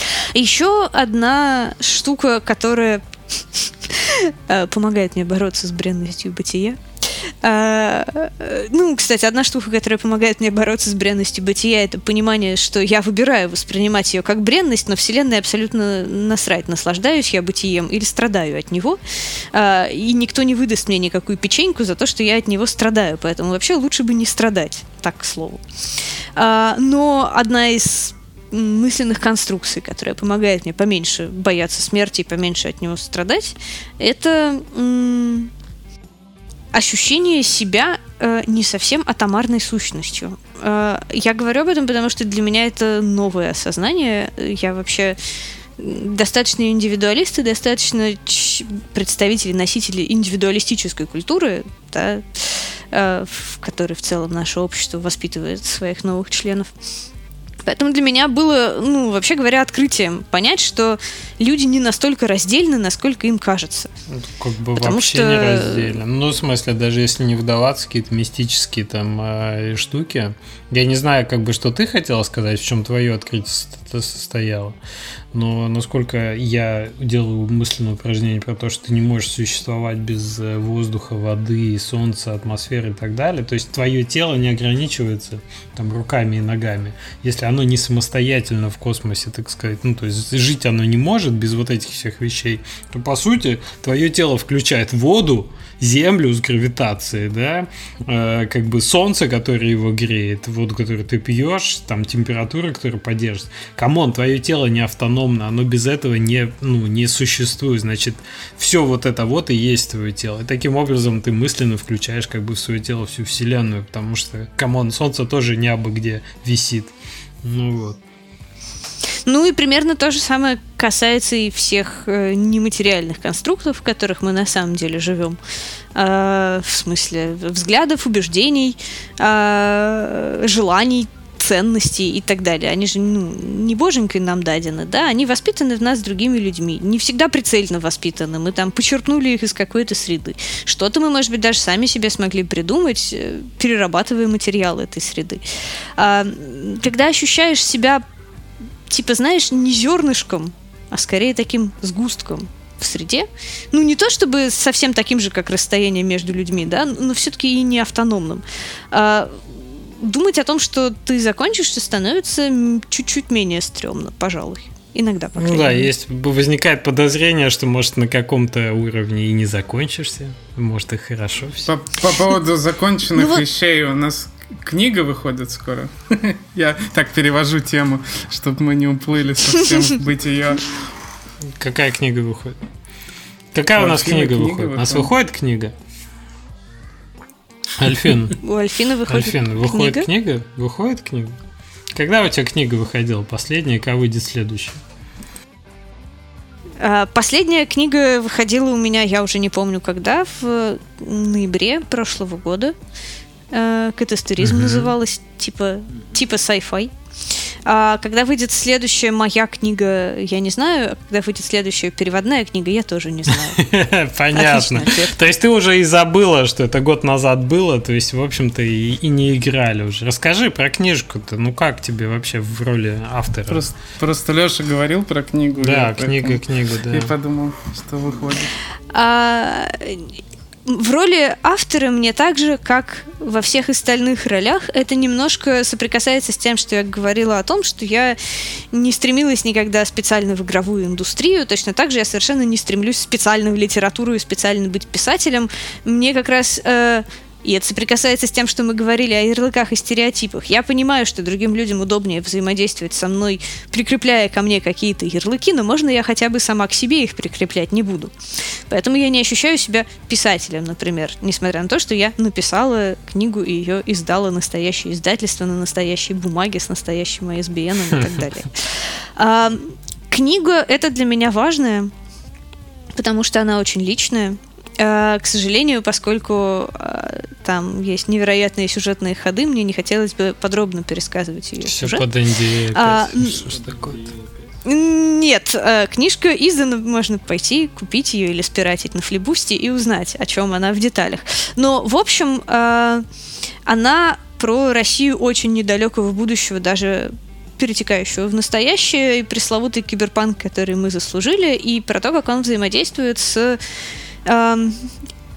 Еще одна штука, которая помогает мне бороться с бренностью бытия, А, ну, кстати, одна штука, которая помогает мне бороться с бренностью бытия, это понимание, что я выбираю воспринимать ее как бренность, но вселенной абсолютно насрать, наслаждаюсь я бытием или страдаю от него, а, и никто не выдаст мне никакую печеньку за то, что я от него страдаю, поэтому вообще лучше бы не страдать, так, к слову. А, но одна из мысленных конструкций, которая помогает мне поменьше бояться смерти и поменьше от него страдать, это м- ощущение себя э, не совсем атомарной сущностью. Э, я говорю об этом, потому что для меня это новое осознание. Я вообще достаточно индивидуалист и достаточно ч- представитель, носитель индивидуалистической культуры, да, э, в которой в целом наше общество воспитывает своих новых членов. Поэтому для меня было, ну, вообще говоря, открытием понять, что люди не настолько раздельны, насколько им кажется. Как бы Потому вообще что... не раздельны. Ну, в смысле, даже если не вдаваться в какие-то мистические там э, штуки. Я не знаю, как бы, что ты хотела сказать, в чем твое открытие состояло. Но насколько я делаю мысленное упражнение про то, что ты не можешь существовать без воздуха, воды, солнца, атмосферы и так далее, то есть твое тело не ограничивается там руками и ногами. Если оно не самостоятельно в космосе, так сказать, ну то есть жить оно не может без вот этих всех вещей, то по сути твое тело включает воду, землю с гравитацией, да, э, как бы солнце, которое его греет, воду, которую ты пьешь, там температура, которую поддержит. Камон, твое тело не автономно, оно без этого не, ну, не существует, значит, все вот это вот и есть твое тело. И таким образом ты мысленно включаешь как бы в свое тело всю вселенную, потому что, камон, солнце тоже не абы где висит. Ну вот. Ну и примерно то же самое касается и всех э, нематериальных конструктов, в которых мы на самом деле живем. Э, в смысле взглядов, убеждений, э, желаний, ценностей и так далее. Они же, ну, не боженькой нам дадены, да, они воспитаны в нас другими людьми. Не всегда прицельно воспитаны. Мы там почерпнули их из какой-то среды. Что-то мы, может быть, даже сами себе смогли придумать, перерабатывая материалы этой среды. А, когда ощущаешь себя, типа, знаешь, не зернышком, а скорее таким сгустком в среде. Ну, не то чтобы совсем таким же, как расстояние между людьми, да, но все-таки и не автономным. А, думать о том, что ты закончишься, становится чуть-чуть менее стрёмно, пожалуй. Иногда, по крайней мере. Ну да, мере. есть, возникает подозрение, что, может, на каком-то уровне и не закончишься. Может, и хорошо все. По, по поводу законченных ну, вещей у нас книга выходит скоро. Я так перевожу тему, чтобы мы не уплыли совсем в бытие. Какая книга выходит? Какая у нас книга выходит? У нас выходит книга? Альфин. У Альфины выходит Альфин, книга. выходит книга? Выходит книга? Когда у тебя книга выходила? Последняя, когда выйдет следующая? Последняя книга выходила у меня, я уже не помню когда, в ноябре прошлого года. Катастеризм uh-huh. называлась, типа, типа sci-fi. А когда выйдет следующая моя книга, я не знаю. А когда выйдет следующая переводная книга, я тоже не знаю. Понятно. То есть ты уже и забыла, что это год назад было, то есть, в общем-то, и, и не играли уже. Расскажи про книжку-то. Ну, как тебе вообще в роли автора? Просто, просто Леша говорил про книгу. Да, книга, книга, да. И подумал, что выходит. А... В роли автора мне так же, как во всех остальных ролях, это немножко соприкасается с тем, что я говорила о том, что я не стремилась никогда специально в игровую индустрию, точно так же я совершенно не стремлюсь специально в литературу и специально быть писателем. Мне как раз... Э, И это соприкасается с тем, что мы говорили о ярлыках и стереотипах. Я понимаю, что другим людям удобнее взаимодействовать со мной, прикрепляя ко мне какие-то ярлыки, но можно я хотя бы сама к себе их прикреплять не буду. Поэтому я не ощущаю себя писателем, например, несмотря на то, что я написала книгу и ее издала настоящее издательство на настоящей бумаге с настоящим ай эс би эн и так далее. А, книга — это для меня важная, потому что она очень личная. К сожалению, поскольку э, там есть невероятные сюжетные ходы, мне не хотелось бы подробно пересказывать ее Все сюжет. под эн ди эй опять. А, что ж такое-то? Нет, э, книжка издана, можно пойти, купить ее или спиратить на флибусте и узнать, о чем она в деталях. Но, в общем, э, она про Россию очень недалекого будущего, даже перетекающего в настоящее, и пресловутый киберпанк, который мы заслужили, и про то, как он взаимодействует с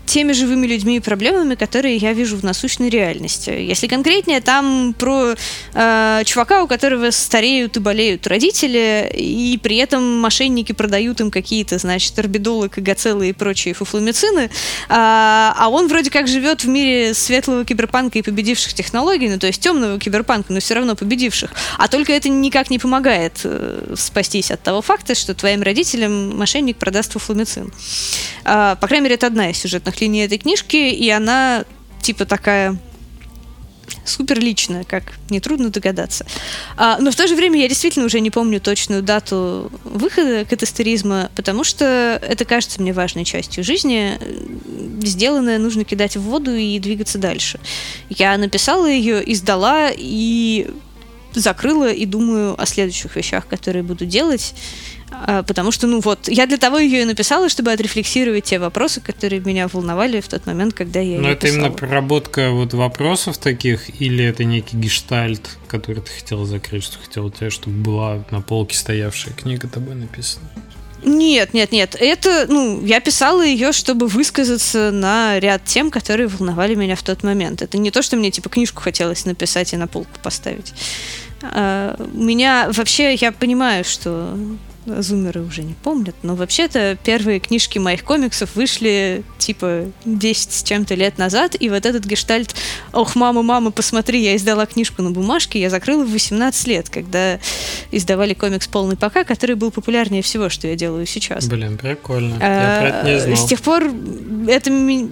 теми живыми людьми и проблемами, которые я вижу в насущной реальности. Если конкретнее, там про э, чувака, у которого стареют и болеют родители, и при этом мошенники продают им какие-то, значит, орбидолы, кагацеллы и прочие фуфломицины, а, а он вроде как живет в мире светлого киберпанка и победивших технологий, ну то есть темного киберпанка, но все равно победивших. А только это никак не помогает э, спастись от того факта, что твоим родителям мошенник продаст фуфломицин. А, по крайней мере, это одна из сюжетных линий этой книжки, и она типа такая супер личная, как нетрудно догадаться. А, но в то же время я действительно уже не помню точную дату выхода катастеризма, потому что это кажется мне важной частью жизни. Сделанное нужно кидать в воду и двигаться дальше. Я написала ее, издала и закрыла, и думаю о следующих вещах, которые буду делать. Потому что, ну вот, я для того ее и написала, чтобы отрефлексировать те вопросы, которые меня волновали в тот момент, когда я ее писала. Но это именно проработка вот вопросов таких, или это некий гештальт, который ты хотела закрыть, что хотела у тебя, чтобы была на полке стоявшая книга тобой написана? Нет, нет, нет. Это, ну, я писала ее, чтобы высказаться на ряд тем, которые волновали меня в тот момент. Это не то, что мне, типа, книжку хотелось написать и на полку поставить. А, меня вообще, я понимаю, что зумеры уже не помнят, но вообще-то первые книжки моих комиксов вышли типа десять с чем-то лет назад, и вот этот гештальт «Ох, мама, мама, посмотри, я издала книжку на бумажке», я закрыла в восемнадцать лет, когда издавали комикс «Полный пока», который был популярнее всего, что я делаю сейчас. Блин, прикольно. Я про это не знал. С тех пор это...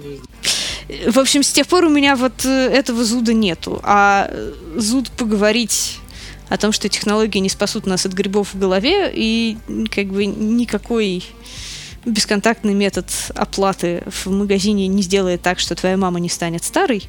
В общем, с тех пор у меня вот этого зуда нету, а зуд поговорить о том, что технологии не спасут нас от грибов в голове, и как бы никакой бесконтактный метод оплаты в магазине не сделает так, что твоя мама не станет старой.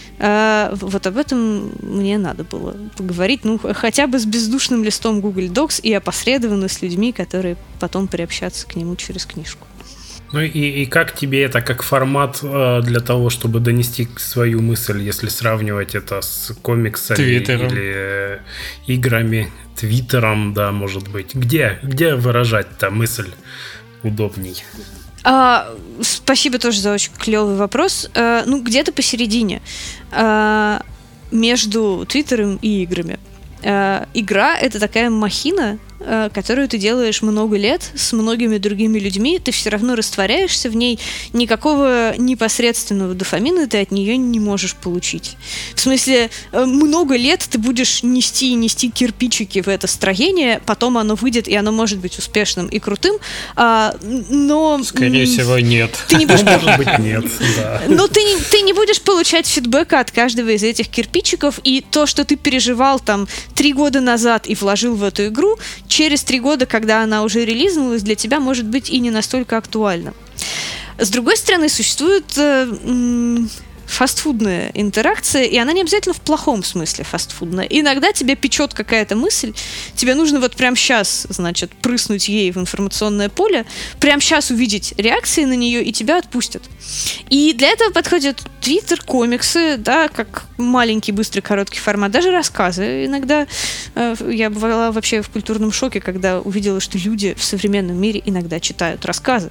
А вот об этом мне надо было поговорить, ну, хотя бы с бездушным листом Google Docs и опосредованно с людьми, которые потом приобщатся к нему через книжку. Ну и, и как тебе это, как формат э, для того, чтобы донести свою мысль, если сравнивать это с комиксами Твиттером. или э, играми, Твиттером, да, может быть. Где, где выражать-то мысль удобней? А, спасибо тоже за очень клевый вопрос. А, ну, где-то посередине. А, между Твиттером и играми. А, игра — это такая махина, которую ты делаешь много лет с многими другими людьми, ты все равно растворяешься в ней, никакого непосредственного дофамина ты от нее не можешь получить. В смысле, много лет ты будешь нести и нести кирпичики в это строение, потом оно выйдет, и оно может быть успешным и крутым, но... Скорее всего, нет. Ты не будешь... Может быть, нет, да. Но ты не, ты не будешь получать фидбэка от каждого из этих кирпичиков, и то, что ты переживал там три года назад и вложил в эту игру, через три года, когда она уже релизнулась, для тебя может быть и не настолько актуальна. С другой стороны, существует э, м- фастфудная интеракция, и она не обязательно в плохом смысле фастфудная. Иногда тебя печет какая-то мысль, тебе нужно вот прямо сейчас, значит, прыснуть ей в информационное поле, прямо сейчас увидеть реакции на нее, и тебя отпустят. И для этого подходят Твиттер, комиксы, да, как маленький, быстрый, короткий формат, даже рассказы. Иногда э, я бывала вообще в культурном шоке, когда увидела, что люди в современном мире иногда читают рассказы.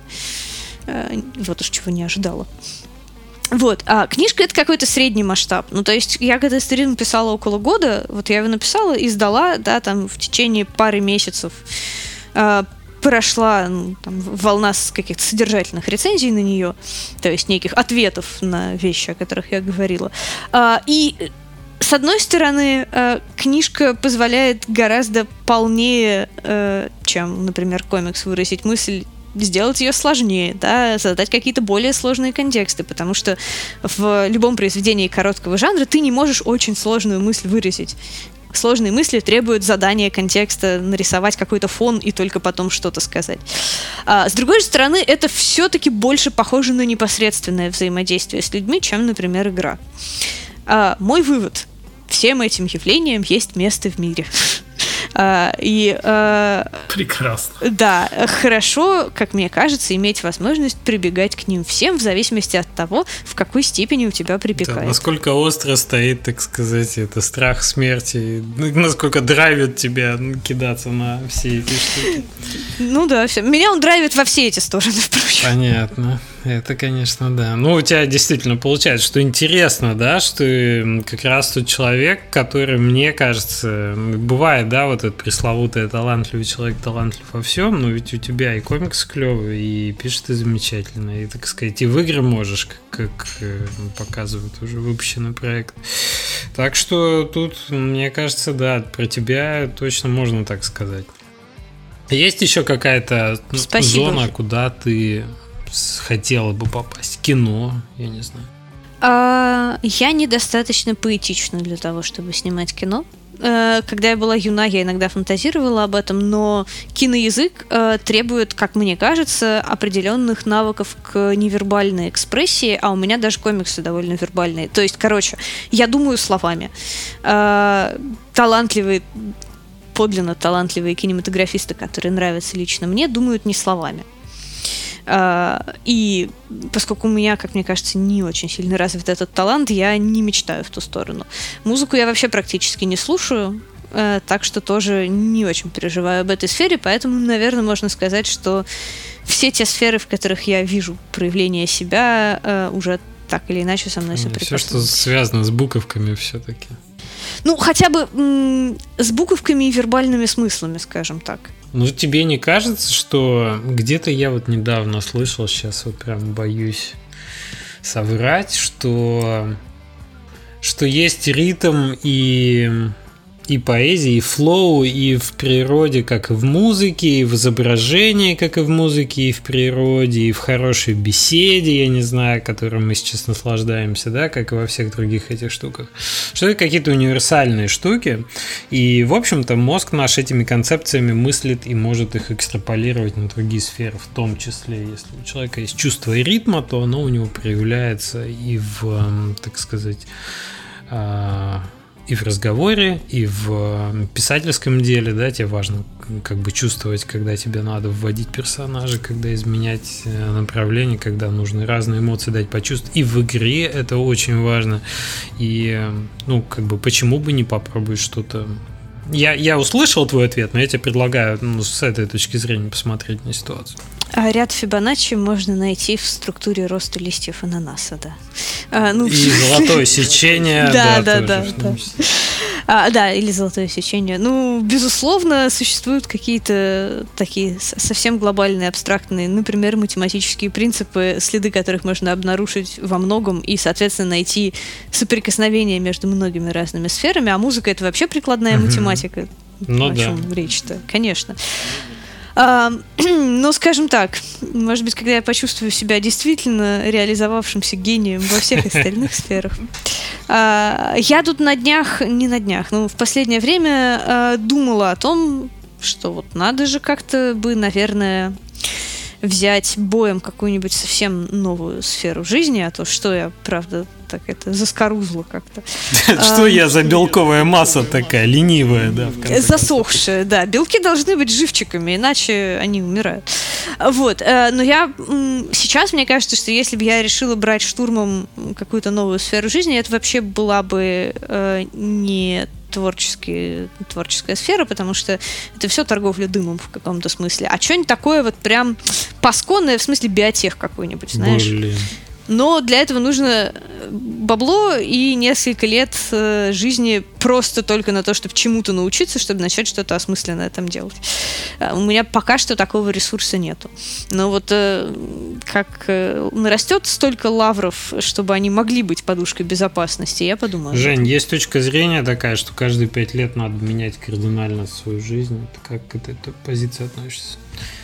Э, вот уж чего не ожидала. Вот, а книжка — это какой-то средний масштаб. Ну, то есть я когда стерин писала около года, вот я его написала и сдала, да, там в течение пары месяцев э, прошла ну, там, волна с каких-то содержательных рецензий на нее, то есть неких ответов на вещи, о которых я говорила. А, и с одной стороны, э, книжка позволяет гораздо полнее, э, чем, например, комикс, выразить мысль, сделать ее сложнее, да, задать какие-то более сложные контексты, потому что в любом произведении короткого жанра ты не можешь очень сложную мысль выразить. Сложные мысли требуют задания контекста, нарисовать какой-то фон и только потом что-то сказать. А, с другой стороны, это все-таки больше похоже на непосредственное взаимодействие с людьми, чем, например, игра. А, мой вывод. Всем этим явлениям есть место в мире. Uh, и, uh, Прекрасно. Да, хорошо, как мне кажется, иметь возможность прибегать к ним всем в зависимости от того, в какой степени у тебя припекает. Да, насколько остро стоит, так сказать, это страх смерти, насколько драйвит тебя кидаться на все эти штуки. Ну да, все. Меня он драйвит во все эти стороны, впрочем. Понятно. Это, конечно, да. Ну, у тебя действительно получается, что интересно, да, что ты как раз тот человек, который, мне кажется, бывает, да, вот этот пресловутый талантливый человек, талантлив во всем, но ведь у тебя и комикс клевый, и пишешь ты замечательно, и, так сказать, и в игры можешь, как, как показывает уже выпущенный проект. Так что тут, мне кажется, да, про тебя точно можно так сказать. Есть еще какая-то Спасибо. зона, куда ты хотела бы попасть? Кино, я не знаю. А, я недостаточно поэтична для того, чтобы снимать кино. А, когда я была юна, я иногда фантазировала об этом, но киноязык а, требует, как мне кажется, определенных навыков к невербальной экспрессии, а у меня даже комиксы довольно вербальные. То есть, короче, я думаю словами. А, талантливые, подлинно талантливые кинематографисты, которые нравятся лично мне, думают не словами. И поскольку у меня, как мне кажется, не очень сильно развит этот талант, я не мечтаю в ту сторону. Музыку я вообще практически не слушаю, так что тоже не очень переживаю об этой сфере, поэтому, наверное, можно сказать, что все те сферы, в которых я вижу проявление себя, уже так или иначе со мной соприкасаются. Все, что связано с буковками все-таки. Ну, хотя бы м- с буковками и вербальными смыслами, скажем так. Ну, тебе не кажется, что где-то я вот недавно слышал, сейчас вот прям боюсь соврать, что, что есть ритм и, и поэзия, и флоу, и в природе, как и в музыке, и в изображении, как и в музыке, и в природе, и в хорошей беседе, я не знаю, которой мы сейчас наслаждаемся, да, как и во всех других этих штуках. Что это какие-то универсальные штуки, и, в общем-то, мозг наш этими концепциями мыслит и может их экстраполировать на другие сферы, в том числе, если у человека есть чувство и ритма, то оно у него проявляется и в, так сказать, и в разговоре, и в писательском деле, да, тебе важно как бы чувствовать, когда тебе надо вводить персонажа, когда изменять направление, когда нужно разные эмоции дать почувствовать. И в игре это очень важно. И, ну, как бы, почему бы не попробовать что-то. Я, я услышал твой ответ, но я тебе предлагаю, ну, с этой точки зрения посмотреть на ситуацию. А ряд Фибоначчи можно найти в структуре роста листьев ананаса, да. А, ну... И золотое сечение. Да, да, да. Да, а, да, или золотое сечение. Ну, безусловно, существуют какие-то такие совсем глобальные, абстрактные, например, математические принципы, следы которых можно обнаружить во многом и, соответственно, найти соприкосновение между многими разными сферами. А музыка — это вообще прикладная угу. математика. Ну, о да. чем речь-то? Конечно. А, ну, скажем так, может быть, когда я почувствую себя действительно реализовавшимся гением во всех остальных сферах. А, я тут на днях, не на днях, но в последнее время а, думала о том, что вот надо же как-то бы, наверное, взять боем какую-нибудь совсем новую сферу жизни, а то что я, правда, так это заскорузла как-то. Что я за белковая масса такая, ленивая, да? Засохшая, да. Белки должны быть живчиками, иначе они умирают. Вот. Но я сейчас, мне кажется, что если бы я решила брать штурмом какую-то новую сферу жизни, это вообще была бы не творческие, творческая сфера, потому что это все торговля дымом в каком-то смысле. А что-нибудь такое вот прям пасконное, в смысле биотех какой-нибудь, знаешь? Блин. Но для этого нужно бабло и несколько лет жизни просто только на то, чтобы чему-то научиться, чтобы начать что-то осмысленное там делать. У меня пока что такого ресурса нету. Но вот как нарастет столько лавров, чтобы они могли быть подушкой безопасности, я подумаю. Жень, есть точка зрения такая, что каждые пять лет надо менять кардинально свою жизнь. Как к этой позиции относишься?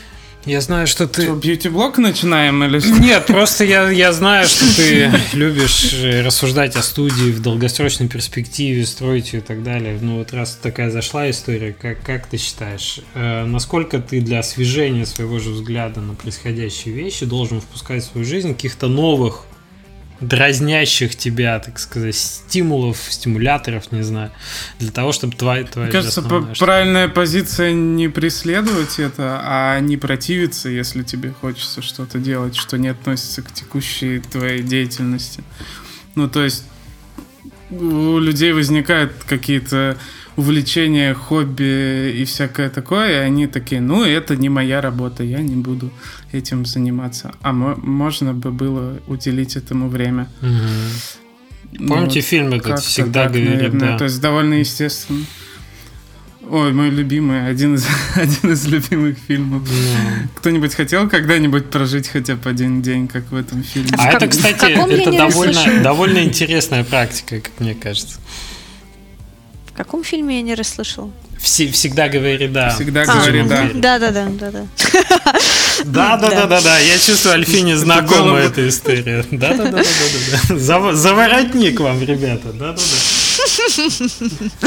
Я знаю, что ты... Что, бьюти-блог начинаем или что? Нет, просто я, я знаю, что ты любишь рассуждать о студии в долгосрочной перспективе, строить ее и так далее. Ну вот раз такая зашла история, как, как ты считаешь, э, насколько ты для освежения своего же взгляда на происходящие вещи должен впускать в свою жизнь каких-то новых, дразнящих тебя, так сказать, стимулов, стимуляторов, не знаю, для того, чтобы твоя... твоя Мне кажется, правильная позиция не преследовать это, а не противиться, если тебе хочется что-то делать, что не относится к текущей твоей деятельности. Ну, то есть у людей возникают какие-то увлечение, хобби и всякое такое, и они такие, ну, это не моя работа, я не буду этим заниматься. А мо- можно бы было уделить этому время. Угу. Ну, Помните вот фильм этот «Всегда так, говорит наверное. да»? То есть довольно естественно. Ой, мой любимый, один из, один из любимых фильмов. Mm. Кто-нибудь хотел когда-нибудь прожить хотя бы один день, как в этом фильме? А, а это, кстати, это довольно, довольно интересная практика, как мне кажется. В каком фильме я не расслышал? Все, всегда говори да. Всегда а, говори да. Да, да, да, да, да. Да, да, да, да, да. Я чувствую, Альфине знакома эта история. Да, да, да, да, да, да. За воротник вам, ребята. Да, да, да.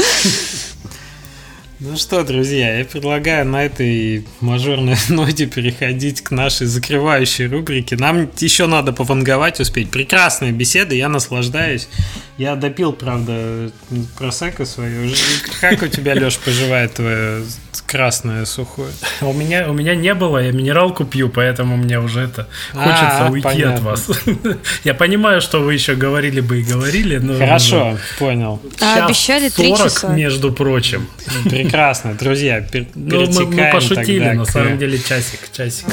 Ну что, друзья, я предлагаю на этой мажорной ноте переходить к нашей закрывающей рубрике. Нам еще надо пованговать успеть. Прекрасная беседа, я наслаждаюсь. Я допил, правда, просекко свое. Как у тебя, Леш, поживает твое красное сухое? У меня, у меня не было, я минералку пью, поэтому мне уже это хочется а, уйти понятно. От вас. Я понимаю, что вы еще говорили бы и говорили, но... Хорошо, уже... понял. А обещали три часа. Между прочим. Прекрасно, друзья, пер- ну, мы, мы пошутили, тогда на к... самом деле, часик, часик.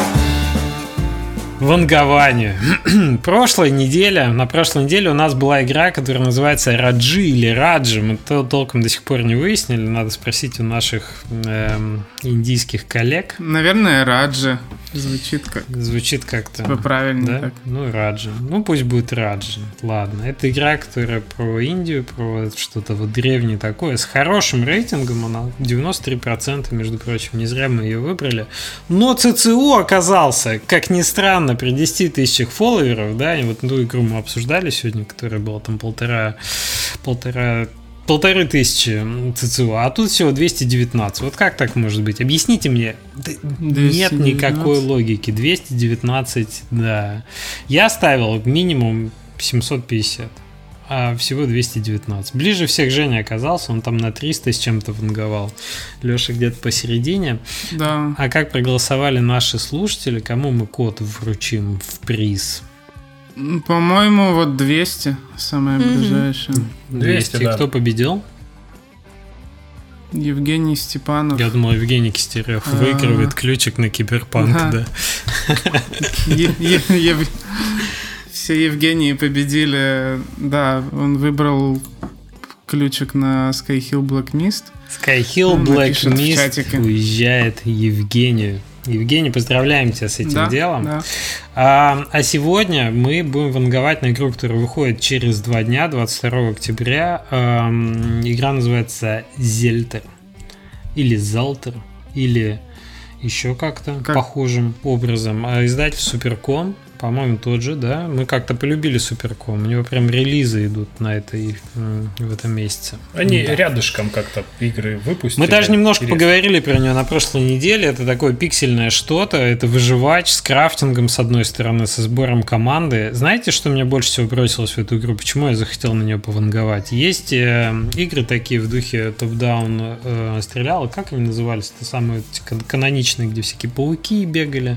Вангованию. Прошлая неделя, на прошлой неделе у нас была игра, которая называется Раджи или Раджи. Мы то толком до сих пор не выяснили, надо спросить у наших эм, индийских коллег. Наверное, Раджи. Звучит как... Звучит как-то... Типа правильно да? так. Ну, Раджи. Ну, пусть будет Раджи. Ладно. Это игра, которая про Индию, про что-то вот древнее такое, с хорошим рейтингом. Она девяносто три процента, между прочим. Не зря мы ее выбрали. Но ЦЦУ оказался, как ни странно, при десяти тысячах фолловеров, да, и вот ту игру мы обсуждали сегодня, которая была там полтора, полтора, полторы тысячи ЦЦУ, а тут всего двести девятнадцать. Вот как так может быть? Объясните мне. Да, нет никакой логики. двести девятнадцать, да. Я ставил минимум семьсот пятьдесят, а всего двести девятнадцать. Ближе всех Женя оказался, он там на триста с чем-то ванговал. Леша где-то посередине. Да. А как проголосовали наши слушатели, кому мы код вручим в приз? По-моему, вот двести, самое mm-hmm. ближайшее. двести, да. Кто победил? Евгений Степанов. Я думал, Евгений Кистерев А-а-а. выигрывает ключик на Киберпанк, да. Все Евгении победили. Да, он выбрал ключик на Skyhill Black Mist. Skyhill Black Mist уезжает Евгению. Евгений, поздравляем тебя с этим да, делом. Да. А, а сегодня мы будем ванговать на игру, которая выходит через два дня, двадцать второго октября. А, игра называется Зельтер. Или Залтер. Или еще как-то как? похожим образом. А издатель Суперком. По-моему, тот же, да? Мы как-то полюбили Суперком. У него прям релизы идут на этой, в этом месяце. Они да. рядышком как-то игры выпустили. Мы даже немножко Интересно. поговорили про нее на прошлой неделе. Это такое пиксельное что-то. Это выживач с крафтингом, с одной стороны, со сбором команды. Знаете, что мне больше всего бросилось в эту игру? Почему я захотел на нее пованговать? Есть э, игры такие в духе топ-даун э, стреляло. Как они назывались? Это самые каноничные, где всякие пауки бегали.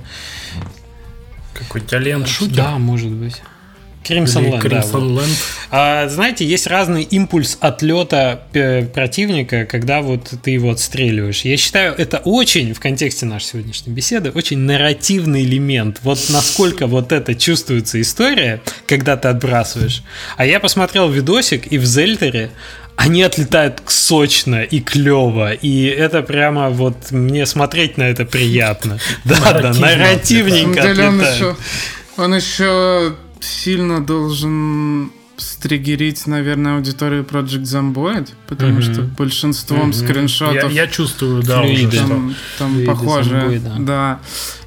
Какой-нибудь Alien-шутер? Да, может быть. Crimson Land, Crimson да, вот. Land. А, знаете, есть разный импульс отлета противника, когда вот ты его отстреливаешь. Я считаю, это очень, в контексте нашей сегодняшней беседы, очень нарративный элемент. Вот насколько вот это чувствуется история, когда ты отбрасываешь. А я посмотрел видосик, и в Зельтере они отлетают сочно и клево, и это прямо вот мне смотреть на это приятно. Да, да, нарративненько отлетают. Он еще сильно должен стригерить, наверное, аудиторию Project Zomboid, потому что большинством скриншотов я чувствую, да, уже там похоже. Да.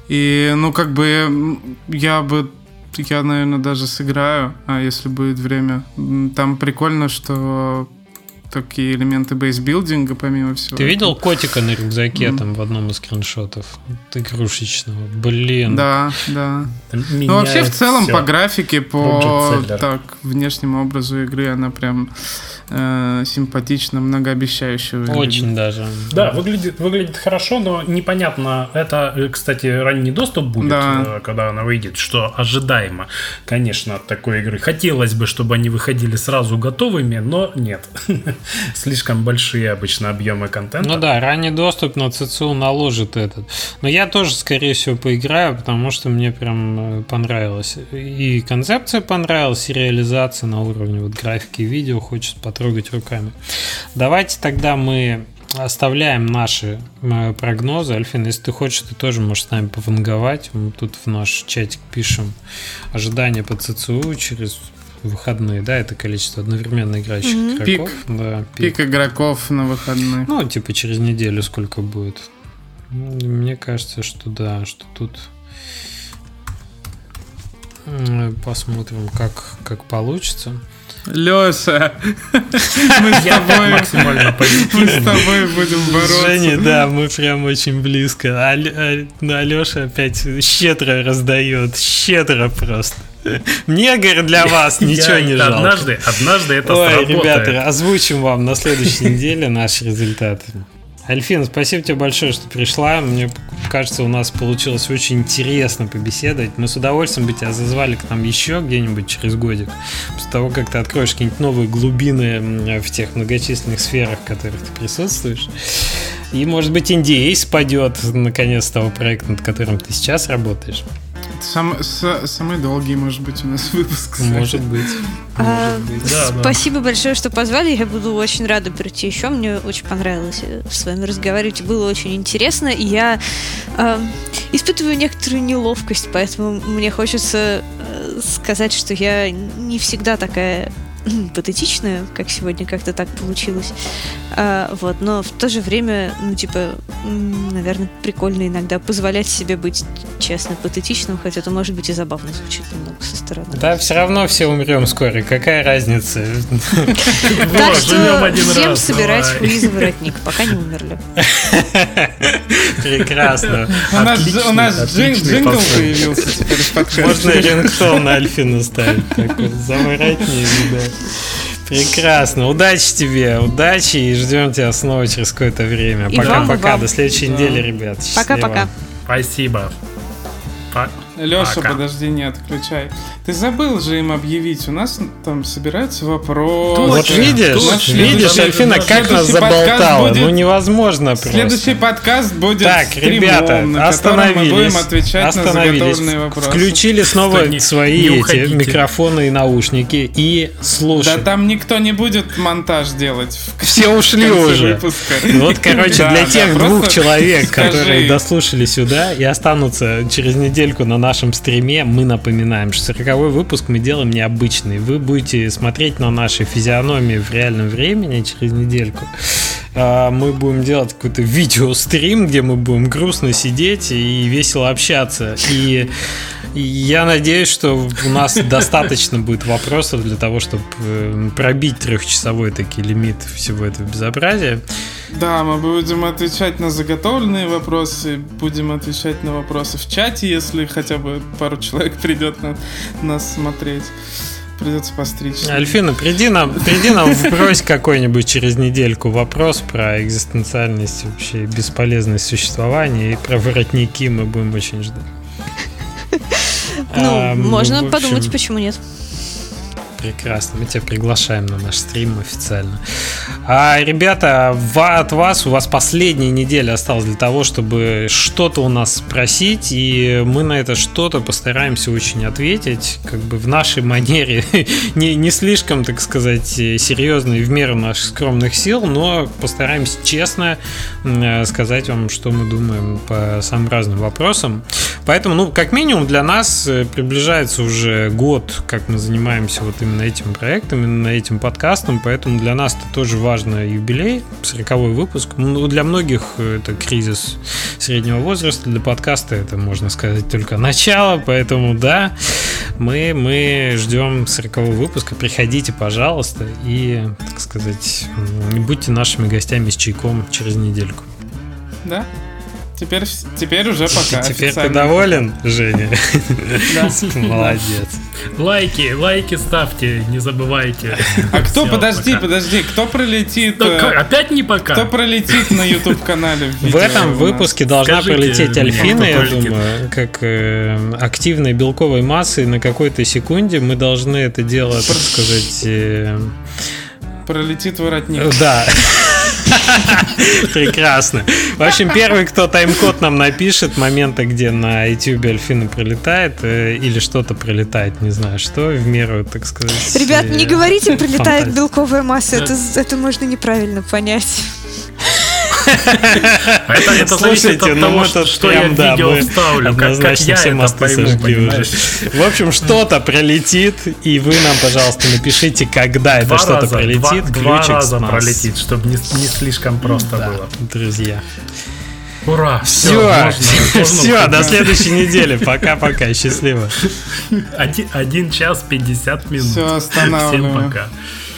И, ну, как бы я бы я, наверное, даже сыграю, а если будет время. Там прикольно, что такие элементы бейсбилдинга, помимо всего. Ты видел котика на рюкзаке mm. там в одном из скриншотов? Игрушечного. Блин. Да, да. Ну, вообще, в целом, все. По графике, по так, внешнему образу игры она прям э, симпатично, многообещающе выглядит. Очень даже. Да, выглядит, выглядит хорошо, но непонятно. Это, кстати, ранний доступ будет, да. когда она выйдет, что ожидаемо, конечно, от такой игры. Хотелось бы, чтобы они выходили сразу готовыми, но нет. слишком большие обычно объемы контента. Ну да, ранний доступ на ЦЦУ наложит этот. Но я тоже, скорее всего, поиграю, потому что мне прям понравилось. И концепция понравилась, и реализация на уровне вот графики и видео, хочется потрогать руками. Давайте тогда мы оставляем наши прогнозы. Альфин, если ты хочешь, ты тоже можешь с нами пованговать. Мы тут в наш чатик пишем ожидания по ЦЦУ через выходные, да, это количество одновременно играющих mm-hmm. игроков. Пик. Да, пик. Пик игроков на выходные. Ну, типа через неделю сколько будет. Мне кажется, что да, что тут посмотрим, как, как получится. Лёша, мы с тобой максимально позитивны. Мы с тобой будем бороться. Женя, да, мы прям очень близко. А, а Лёша опять щедро раздает, щедро просто. Мне, говорит, для вас ничего я, не жалко. Однажды, однажды это Ой, сработает. ребята, озвучим вам на следующей неделе наши результаты. Альфина, спасибо тебе большое, что пришла. Мне кажется, у нас получилось очень интересно побеседовать. Мы с удовольствием бы тебя зазвали к нам еще где-нибудь через годик. После того, как ты откроешь какие-нибудь новые глубины в тех многочисленных сферах, в которых ты присутствуешь. И, может быть, эн ди эй спадет наконец с того проекта, над которым ты сейчас работаешь. Сам, с, самый долгий, может быть, у нас выпуск. Может быть. А, может быть. Да, спасибо да. большое, что позвали. Я буду очень рада прийти еще. Мне очень понравилось с вами разговаривать. Было очень интересно. И я э, испытываю некоторую неловкость, поэтому мне хочется э, сказать, что я не всегда такая патетичная, как сегодня как-то так получилось. А, вот, но в то же время, ну, типа, наверное, прикольно иногда позволять себе быть честно патетичным, хотя это, может быть, и забавно звучит немного со стороны. Да, все равно все умрем скоро. Какая разница? Так что всем собирать хуи за воротник, пока не умерли. Прекрасно. У нас джингл появился теперь в подкасте. Можно рингтон на Альфину ставить. За воротник, да. Прекрасно. Удачи тебе, удачи, и ждем тебя снова через какое-то время. Пока-пока. До следующей недели, ребят. Пока-пока. Спасибо. Леша, Пока. подожди, не отключай. Ты забыл же им объявить. У нас там собираются вопросы. Вот видишь, Точно. видишь, Альфина, как нас заболтала. Будет... Ну невозможно просто. Следующий подкаст будет так, стримом, ребята, на котором мы будем отвечать на заготовленные вопросы. Включили снова не, свои не эти микрофоны и наушники и слушаем. Да там никто не будет монтаж делать. Все ушли уже. Выпуска. Вот, короче, для тех двух человек, которые дослушали сюда и останутся через недельку на нашем стриме, мы напоминаем, что сороковой выпуск мы делаем необычный. Вы будете смотреть на наши физиономии в реальном времени через недельку. Мы будем делать какой-то видеострим, где мы будем грустно сидеть и весело общаться. И я надеюсь, что у нас достаточно будет вопросов для того, чтобы пробить трехчасовой таки лимит всего этого безобразия. Да, мы будем отвечать на заготовленные вопросы, будем отвечать на вопросы в чате, если хотя бы пару человек придет на нас смотреть. Придется постричь. Альфина, приди нам, приди нам вбрось какой-нибудь через недельку вопрос про экзистенциальность, вообще бесполезность существования, и про воротники мы будем очень ждать. Ну, а, можно общем... подумать, почему нет. Прекрасно, мы тебя приглашаем на наш стрим официально. А, ребята, от вас, у вас последняя неделя осталась для того, чтобы что-то у нас спросить, и мы на это что-то постараемся очень ответить, как бы в нашей манере, не, не слишком, так сказать, серьезно и в меру наших скромных сил, но постараемся честно сказать вам, что мы думаем по самым разным вопросам. Поэтому, ну, как минимум для нас приближается уже год, как мы занимаемся вот именно этим проектом, именно этим подкастом, поэтому для нас это тоже важный юбилей, сороковой выпуск. Ну, для многих это кризис среднего возраста, для подкаста это, можно сказать, только начало, поэтому да, мы, мы ждем сорокового выпуска, приходите, пожалуйста, и, так сказать, будьте нашими гостями с чайком через недельку. Да? Теперь, теперь уже пока. Теперь ты доволен, Женя? Да. Молодец. Лайки, лайки ставьте, не забывайте. А кто, Все, подожди, пока. подожди, кто пролетит... Так, опять не пока. Кто пролетит на YouTube-канале? В этом выпуске должна Скажите, пролететь Альфина, я думаю, как э, активной белковой массой на какой-то секунде. Мы должны это дело, так сказать... Э, пролетит воротник. Да. Прекрасно. В общем, первый, кто тайм-код нам напишет, моменты, где на YouTube Альфина пролетает или что-то пролетает, не знаю что, в меру, так сказать. Ребят, не говорите, пролетает белковая масса, это, это можно неправильно понять. Это, это зависит от того, что, что прям, я в да, видео вставлю, как, как я все это пойму, уже. В общем, что-то пролетит, и вы нам, пожалуйста, напишите, когда два это что-то раза, пролетит. Два, два раза пролетит, чтобы не, не слишком просто да, было. Друзья. Ура! Все, все, все до следующей недели. Пока-пока, счастливо. Один, один час пятьдесят минут. Все, останавливаем. Всем пока.